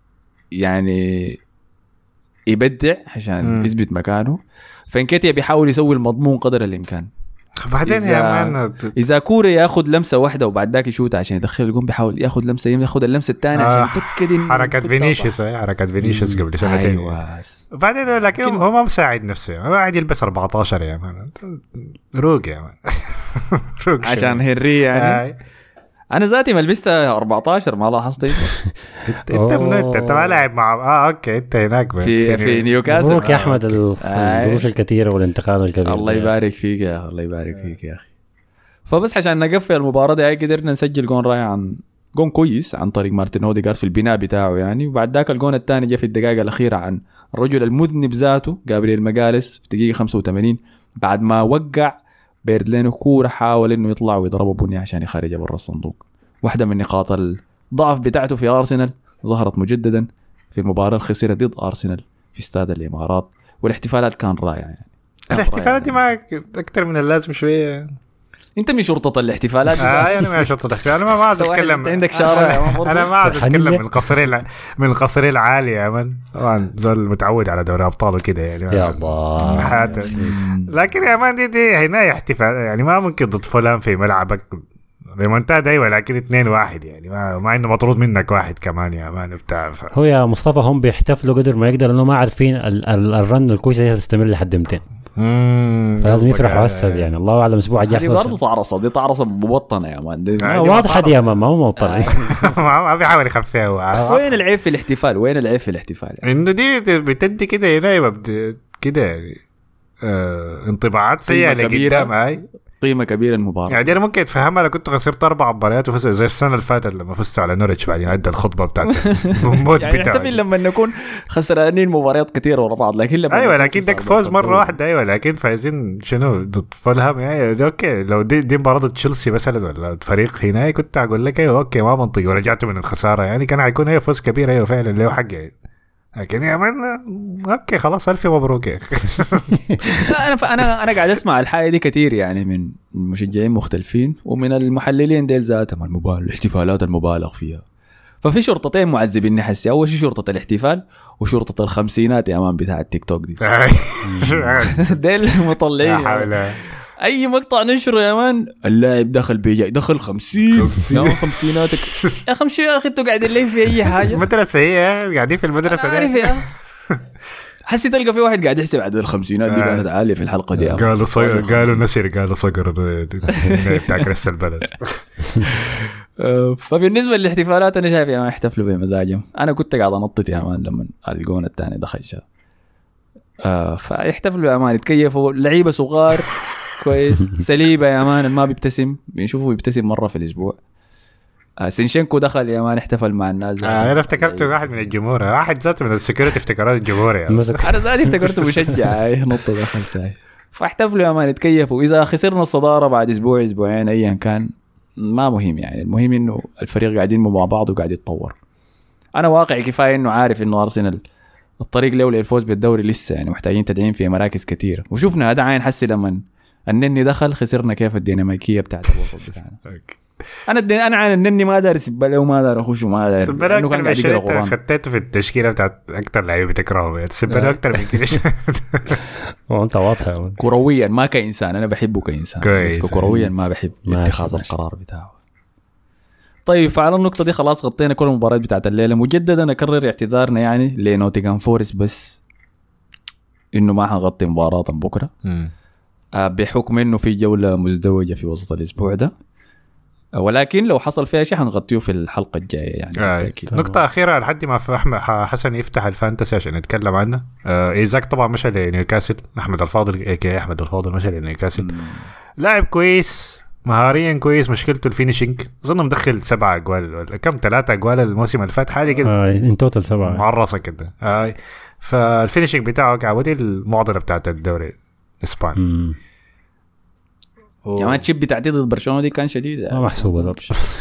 يعني يبدع عشان يثبت مكانه، فانكيتيا بيحاول يسوي المضمون قدر الامكان. بعدين يا مان اذا كوري ياخد لمسه واحده وبعد ذاك يشوت عشان يدخل الجون، بيحاول ياخد لمسه، ياخد اللمسه الثانيه عشان يتاكد حركه فينيسيوس قبل سنتين. أيوة. بعدين لكن هو ما مساعد نفسه، هو قاعد يلبس 14 يا مان، روق يا مان. روق عشان هنري يعني. انا ذاتي ما لبستها 14 ما لاحظت. انت ما لاعب مع اوكي انت هناك في نيوكاسل. مبروك يا احمد القروش الكثيره والانتقال الكبير. الله يبارك فيك يا الله يبارك فيك يا اخي. فبس عشان نقفل المباراه دي قدرنا نسجل جون رائع، عن جون كويس عن طريق مارتن اوديغارد في البناء بتاعه يعني. وبعد ذاك الجون الثاني جاء في الدقائق الاخيره عن الرجل المذنب ذاته جابرييل ماغاليس في دقيقه 85 بعد ما وقع بيردلينو كوره، حاول انه يطلع ويضربه بني عشان يخرج برا الصندوق. واحده من نقاط الضعف بتاعته في ارسنال ظهرت مجددا في المباراه الخسيره ضد ارسنال في استاد الامارات، والاحتفالات كان رائعه يعني. الاحتفالات دي معك اكثر من اللازم شويه. انت من شرطه الاحتفالات دي. انا ما شرطه الاحتفال، انا ما عايز اتكلم. عندك شارع. انا ما عايز اتكلم من القصريه العاليه يا من، طبعا زول متعود على دوري ابطال وكده يعني. يا الله. لكن يا مان دي هنا احتفال يعني، ما ممكن ضد فلان في ملعبك ريمونتادا. ايوه لكن 2-1 يعني ما انه مطرود منك واحد كمان يا مان بتاع. هو يا مصطفى هم بيحتفلوا قدر ما يقدر، لانه ما عارفين الرن الكويسه تستمر لحد 200. فلازم يفرحوا هسه يعني. الله اعلم الاسبوع الجاي يحصل. برضه تعرصه مبطنه يا مان. واضحه دي يا مان، ما هو مبطنه. ما بيحاول يخفيها. وين العيب في الاحتفال؟ وين العيب في الاحتفال يعني؟ انه دي بتدي كده هنا كده يعني انطباعات سيئه لقدام. هاي قيمه كبيره المباراه يعني. انا ممكن اتفهمها لو كنت خسرت 4 مباريات وفزت زي السنه اللي فاتت لما فزت على نوريتش بعدين ادى الخطبه بتاعته يعني نحتفل لما نكون خسرانين مباريات كثيره ورا بعض، لكن لما ايوه لكن دك فوز مره واحده. ايوه لكن فايزين شنو ضد فولهام يعني. اوكي لو دي مباراه ضد تشيلسي مثلا ولا فريق هنا كنت اقول لك ايوه اوكي ما منطقي ورجعت من الخساره يعني، كان حيكون هي فوز كبير. ايوه فعلا له حق يعني. لكن يا مان اوكي خلاص الف مبروك يا اخي. انا قاعد اسمع الحاجه دي كثير يعني من مشجعين مختلفين ومن المحللين ديل ذاتهم. الاحتفالات المبالغ فيها. ففي شرطتين معذبين حسي. اول شيء شرطه الاحتفال وشرطه الخمسينات يا مان بتاع التيك توك دي. ديل مطلعين اي مقطع ننشره يا مان اللاعب دخل بيجي دخل 50 يا خمسيناتك يا خمسي يا اخي. انتوا قاعدين ليه في اي حاجه؟ مدرسه هي قاعدين في المدرسه عارف يا حسي تلقى في واحد قاعد يحسب عدد الخمسينات دي كانت عاليه في الحلقه دي. قالوا نسير قالوا صقر بتاع كريستال بالاس. فبالنسبه للاحتفالات انا شايف يا مان يحتفلوا بمزاجهم. انا كنت قاعد انطط يا مان لما الجون الثاني دخل فيحتفلوا يا مان يتكيفوا. لعيبه صغار كويس سليبه يا مان ما بيبتسم بنشوفه بيبتسم مره في الاسبوع. سينشينكو دخل يا مان احتفل مع الناس. انا افتكرت واحد من الجمهور، واحد ذاته من السكيورتي افتكرت الجمهور يعني. انا ذاتي افتكرته مشجع نط دخل ساي. فاحتفلوا يا مان يتكيفوا. اذا خسرنا الصداره بعد اسبوع اسبوعين ايا كان ما مهم يعني. المهم انه الفريق قاعدين مع بعض وقاعد يتطور. انا واقعي كفايه انه عارف انه ارسنال الطريق له للفوز بالدوري لسه يعني محتاجين تدعيم في مراكز كثير. وشوفنا هذا عين حسي لما النني دخل خسرنا كيف الديناميكيه بتاعت الوسط بتاعنا. انا عن النني ما دار سبله وما دار اخش وما دار انه كان قاعد يقرا قران. خدته في التشكيله بتاعت اكثر لعيبه بتكرهه سبله اكثر من كده. وانت واضح كرويا ما كانسان. انا بحبه كانسان بس كرويا ما بحب اتخاذ القرار بتاعه. طيب فعلى النقطه دي خلاص غطينا كل المباريات بتاعت الليله. مجددا اكرر اعتذارنا يعني لنوتيغهام فورست بس انه ما حنغطي مباراه بكره بحكم انه في جوله مزدوجه في وسط الاسبوع ده. ولكن لو حصل فيها شيء حنغطيه في الحلقه الجايه يعني بالتاكيد. نقطه اخيره لحد ما حسن يفتح الفانتسي عشان نتكلم عنه. ايزاك طبعا مشى لنيوكاسل. احمد الفاضل احمد الفاضل مشى لنيوكاسل. لاعب كويس مهاريا كويس، مشكلته الفينيشنج. اظن مدخل 7 اجوال ولا كم 3 اجوال الموسم اللي فات حاجه كده ان توتال 7 معرصه كده. فالفينيشنج بتاعه قاعد المعضله بتاعت الدوري الاسباني. يا مان تشيب بتاعتي ضد برشلونه دي كان شديد ما محسوبه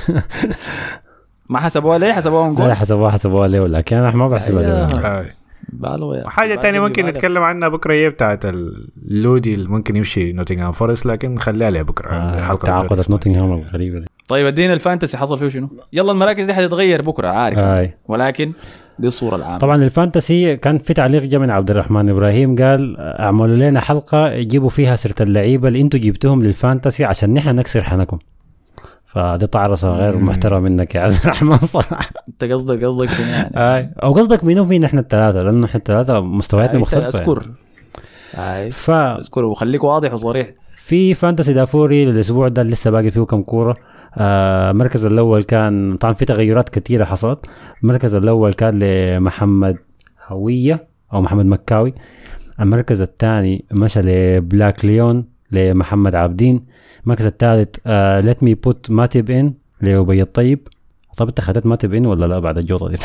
ما حسبوها ليه؟ حسبوها نقول لا حسبوها ليه، ولكن انا ما بحسبها. حاجه تانية ممكن نتكلم عنها بكره هي بتاعت اللودي اللي ممكن يمشي نوتنغهام فورست، لكن نخليها لها بكره. تعاقدات نوتنغهام الغريبه دي. طيب ادينا الفانتسي حصل فيه شنو؟ يلا المراكز دي حتتغير بكره عارف ولكن دي الصوره العامه. طبعا الفانتسي كان في تعليق جاء من عبد الرحمن ابراهيم قال اعملوا لنا حلقه يجيبوا فيها سيره اللعيبه اللي انتم جبتوهم للفانتسي عشان نحن نكسر حنكم. فدي تعرصه غير محترمه منك يا عبد الرحمن صراحه. انت قصدك يعني او قصدك مين احنا الثلاثه، لانه احنا الثلاثه مستوياتنا مختلفه. اذكر اذكر وخليك واضح وصريح. في فانتسي دافوري الاسبوع ده لسه باقي فيه كم كوره. المركز الاول كان طبعا في تغيرات كثيره حصلت. المركز الاول كان لمحمد هويه او محمد مكاوي. المركز الثاني مشى لبلاك ليون لمحمد عابدين. المركز الثالث let me put ماتب ان لأبي الطيب. طب انت خدت ماتب ان ولا لا بعد الجوطه دي؟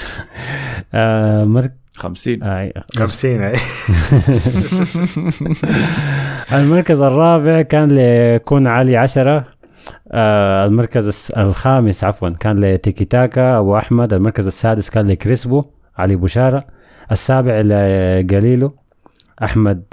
50 المركز الرابع كان لكون علي 10. المركز الخامس كان لتيكي تاكا ابو احمد. المركز السادس كان لكريسبو علي بشاره. السابع لقليلو احمد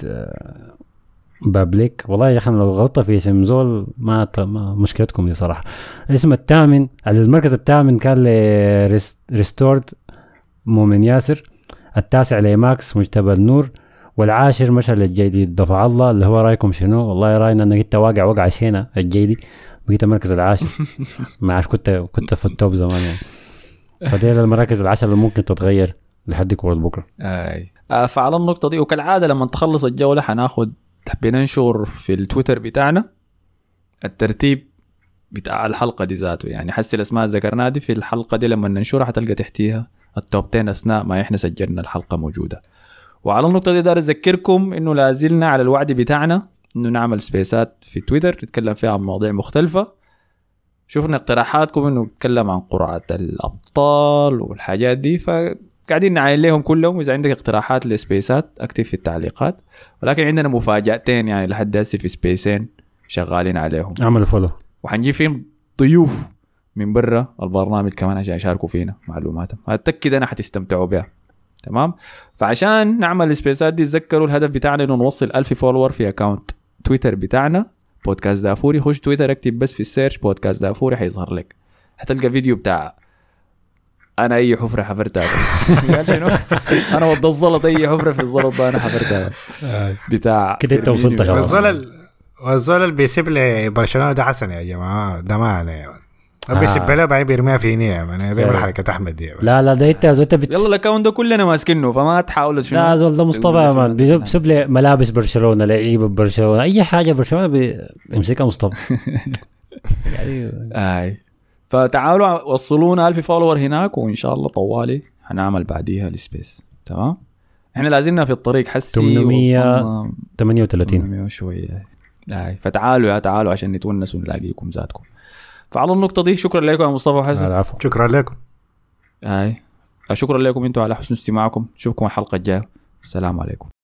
بابليك. والله يا اخي لو غلطت في اسم زول ما مشكلتكم دي صراحه. الاسم الثامن المركز الثامن كان لريستورد مؤمن ياسر. التاسع لماكس مجتبى النور. والعاشر مشى للجيدي دفع الله. اللي هو رايكم شنو؟ والله راينا انك انت واقع وقع شينا الجيدي بقيت المركز العاشر. ما عارف كنت في التوب زمان يعني. فدي المراكز العشر اللي ممكن تتغير لحد كورة بكره. فعلى النقطه دي وكالعاده لما تخلص الجوله حناخد بننشر في التويتر بتاعنا الترتيب بتاع الحلقه دي ذاته. يعني حسي الاسماء ذكرناها دي في الحلقه دي لما ننشرها حتلقى تحتيها التوب 10 اثناء ما احنا سجلنا الحلقه موجوده. وعلى النقطه دي دار اذكركم انه لازلنا على الوعد بتاعنا انه نعمل سبيسات في تويتر نتكلم فيها عن مواضيع مختلفه. شوفنا اقتراحاتكم انه نتكلم عن قرعه الابطال والحاجات دي، فقاعدين نعاين لهم كلهم. اذا عندك اقتراحات لسبيسات اكتب في التعليقات. ولكن عندنا مفاجاتين يعني لحد هسه في سبيسين شغالين عليهم. اعملوا فولو وحنجيب فيهم ضيوف من برا البرنامج كمان عشان يشاركوا فينا معلوماتهم. اتاكد انا حتستمتعوا بها. تمام. فعشان نعمل السبيسات دي تذكروا الهدف بتاعنا انه نوصل 1000 فولور في اكاونت تويتر بتاعنا بودكاست دافوري. خش تويتر اكتب بس في السيرش بودكاست دافوري حيظهر لك. حتلقى فيديو بتاع انا اي حفره حفرتها. قال شنو؟ انا ود الزلط اي حفره في الزلط ده انا حفرتها بتاع كده. انت وصلت خلاص. والزول اللي بيسيب لي برشلونه ده حسن يا جماعه. ده معنى بيسيب بلا بعدين بيرميها في نيه. انا بيعمل حركه احمد دي. لا ده انت زول يلا الاكونت ده كلنا ماسكينه فما تحاول شنو. لا زول ده مصطفى مان بيسيب لي ملابس برشلونه لعيبه برشلونه اي حاجه برشلونه بيمسكها مصطفى. يعني فتعالوا وصلونا 1000 فولور هناك وان شاء الله طوالي هنعمل بعديها السبيس. تمام. احنا لازلنا في الطريق حسي 838 وشويه. فتعالوا عشان نتونسوا ونلاقيكم ذاتكم. فعلى النقطه دي شكرا لكم يا مصطفى وحسن. شكرا لكم. شكرا لكم انتم على حسن استماعكم. نشوفكم الحلقه الجايه. السلام عليكم.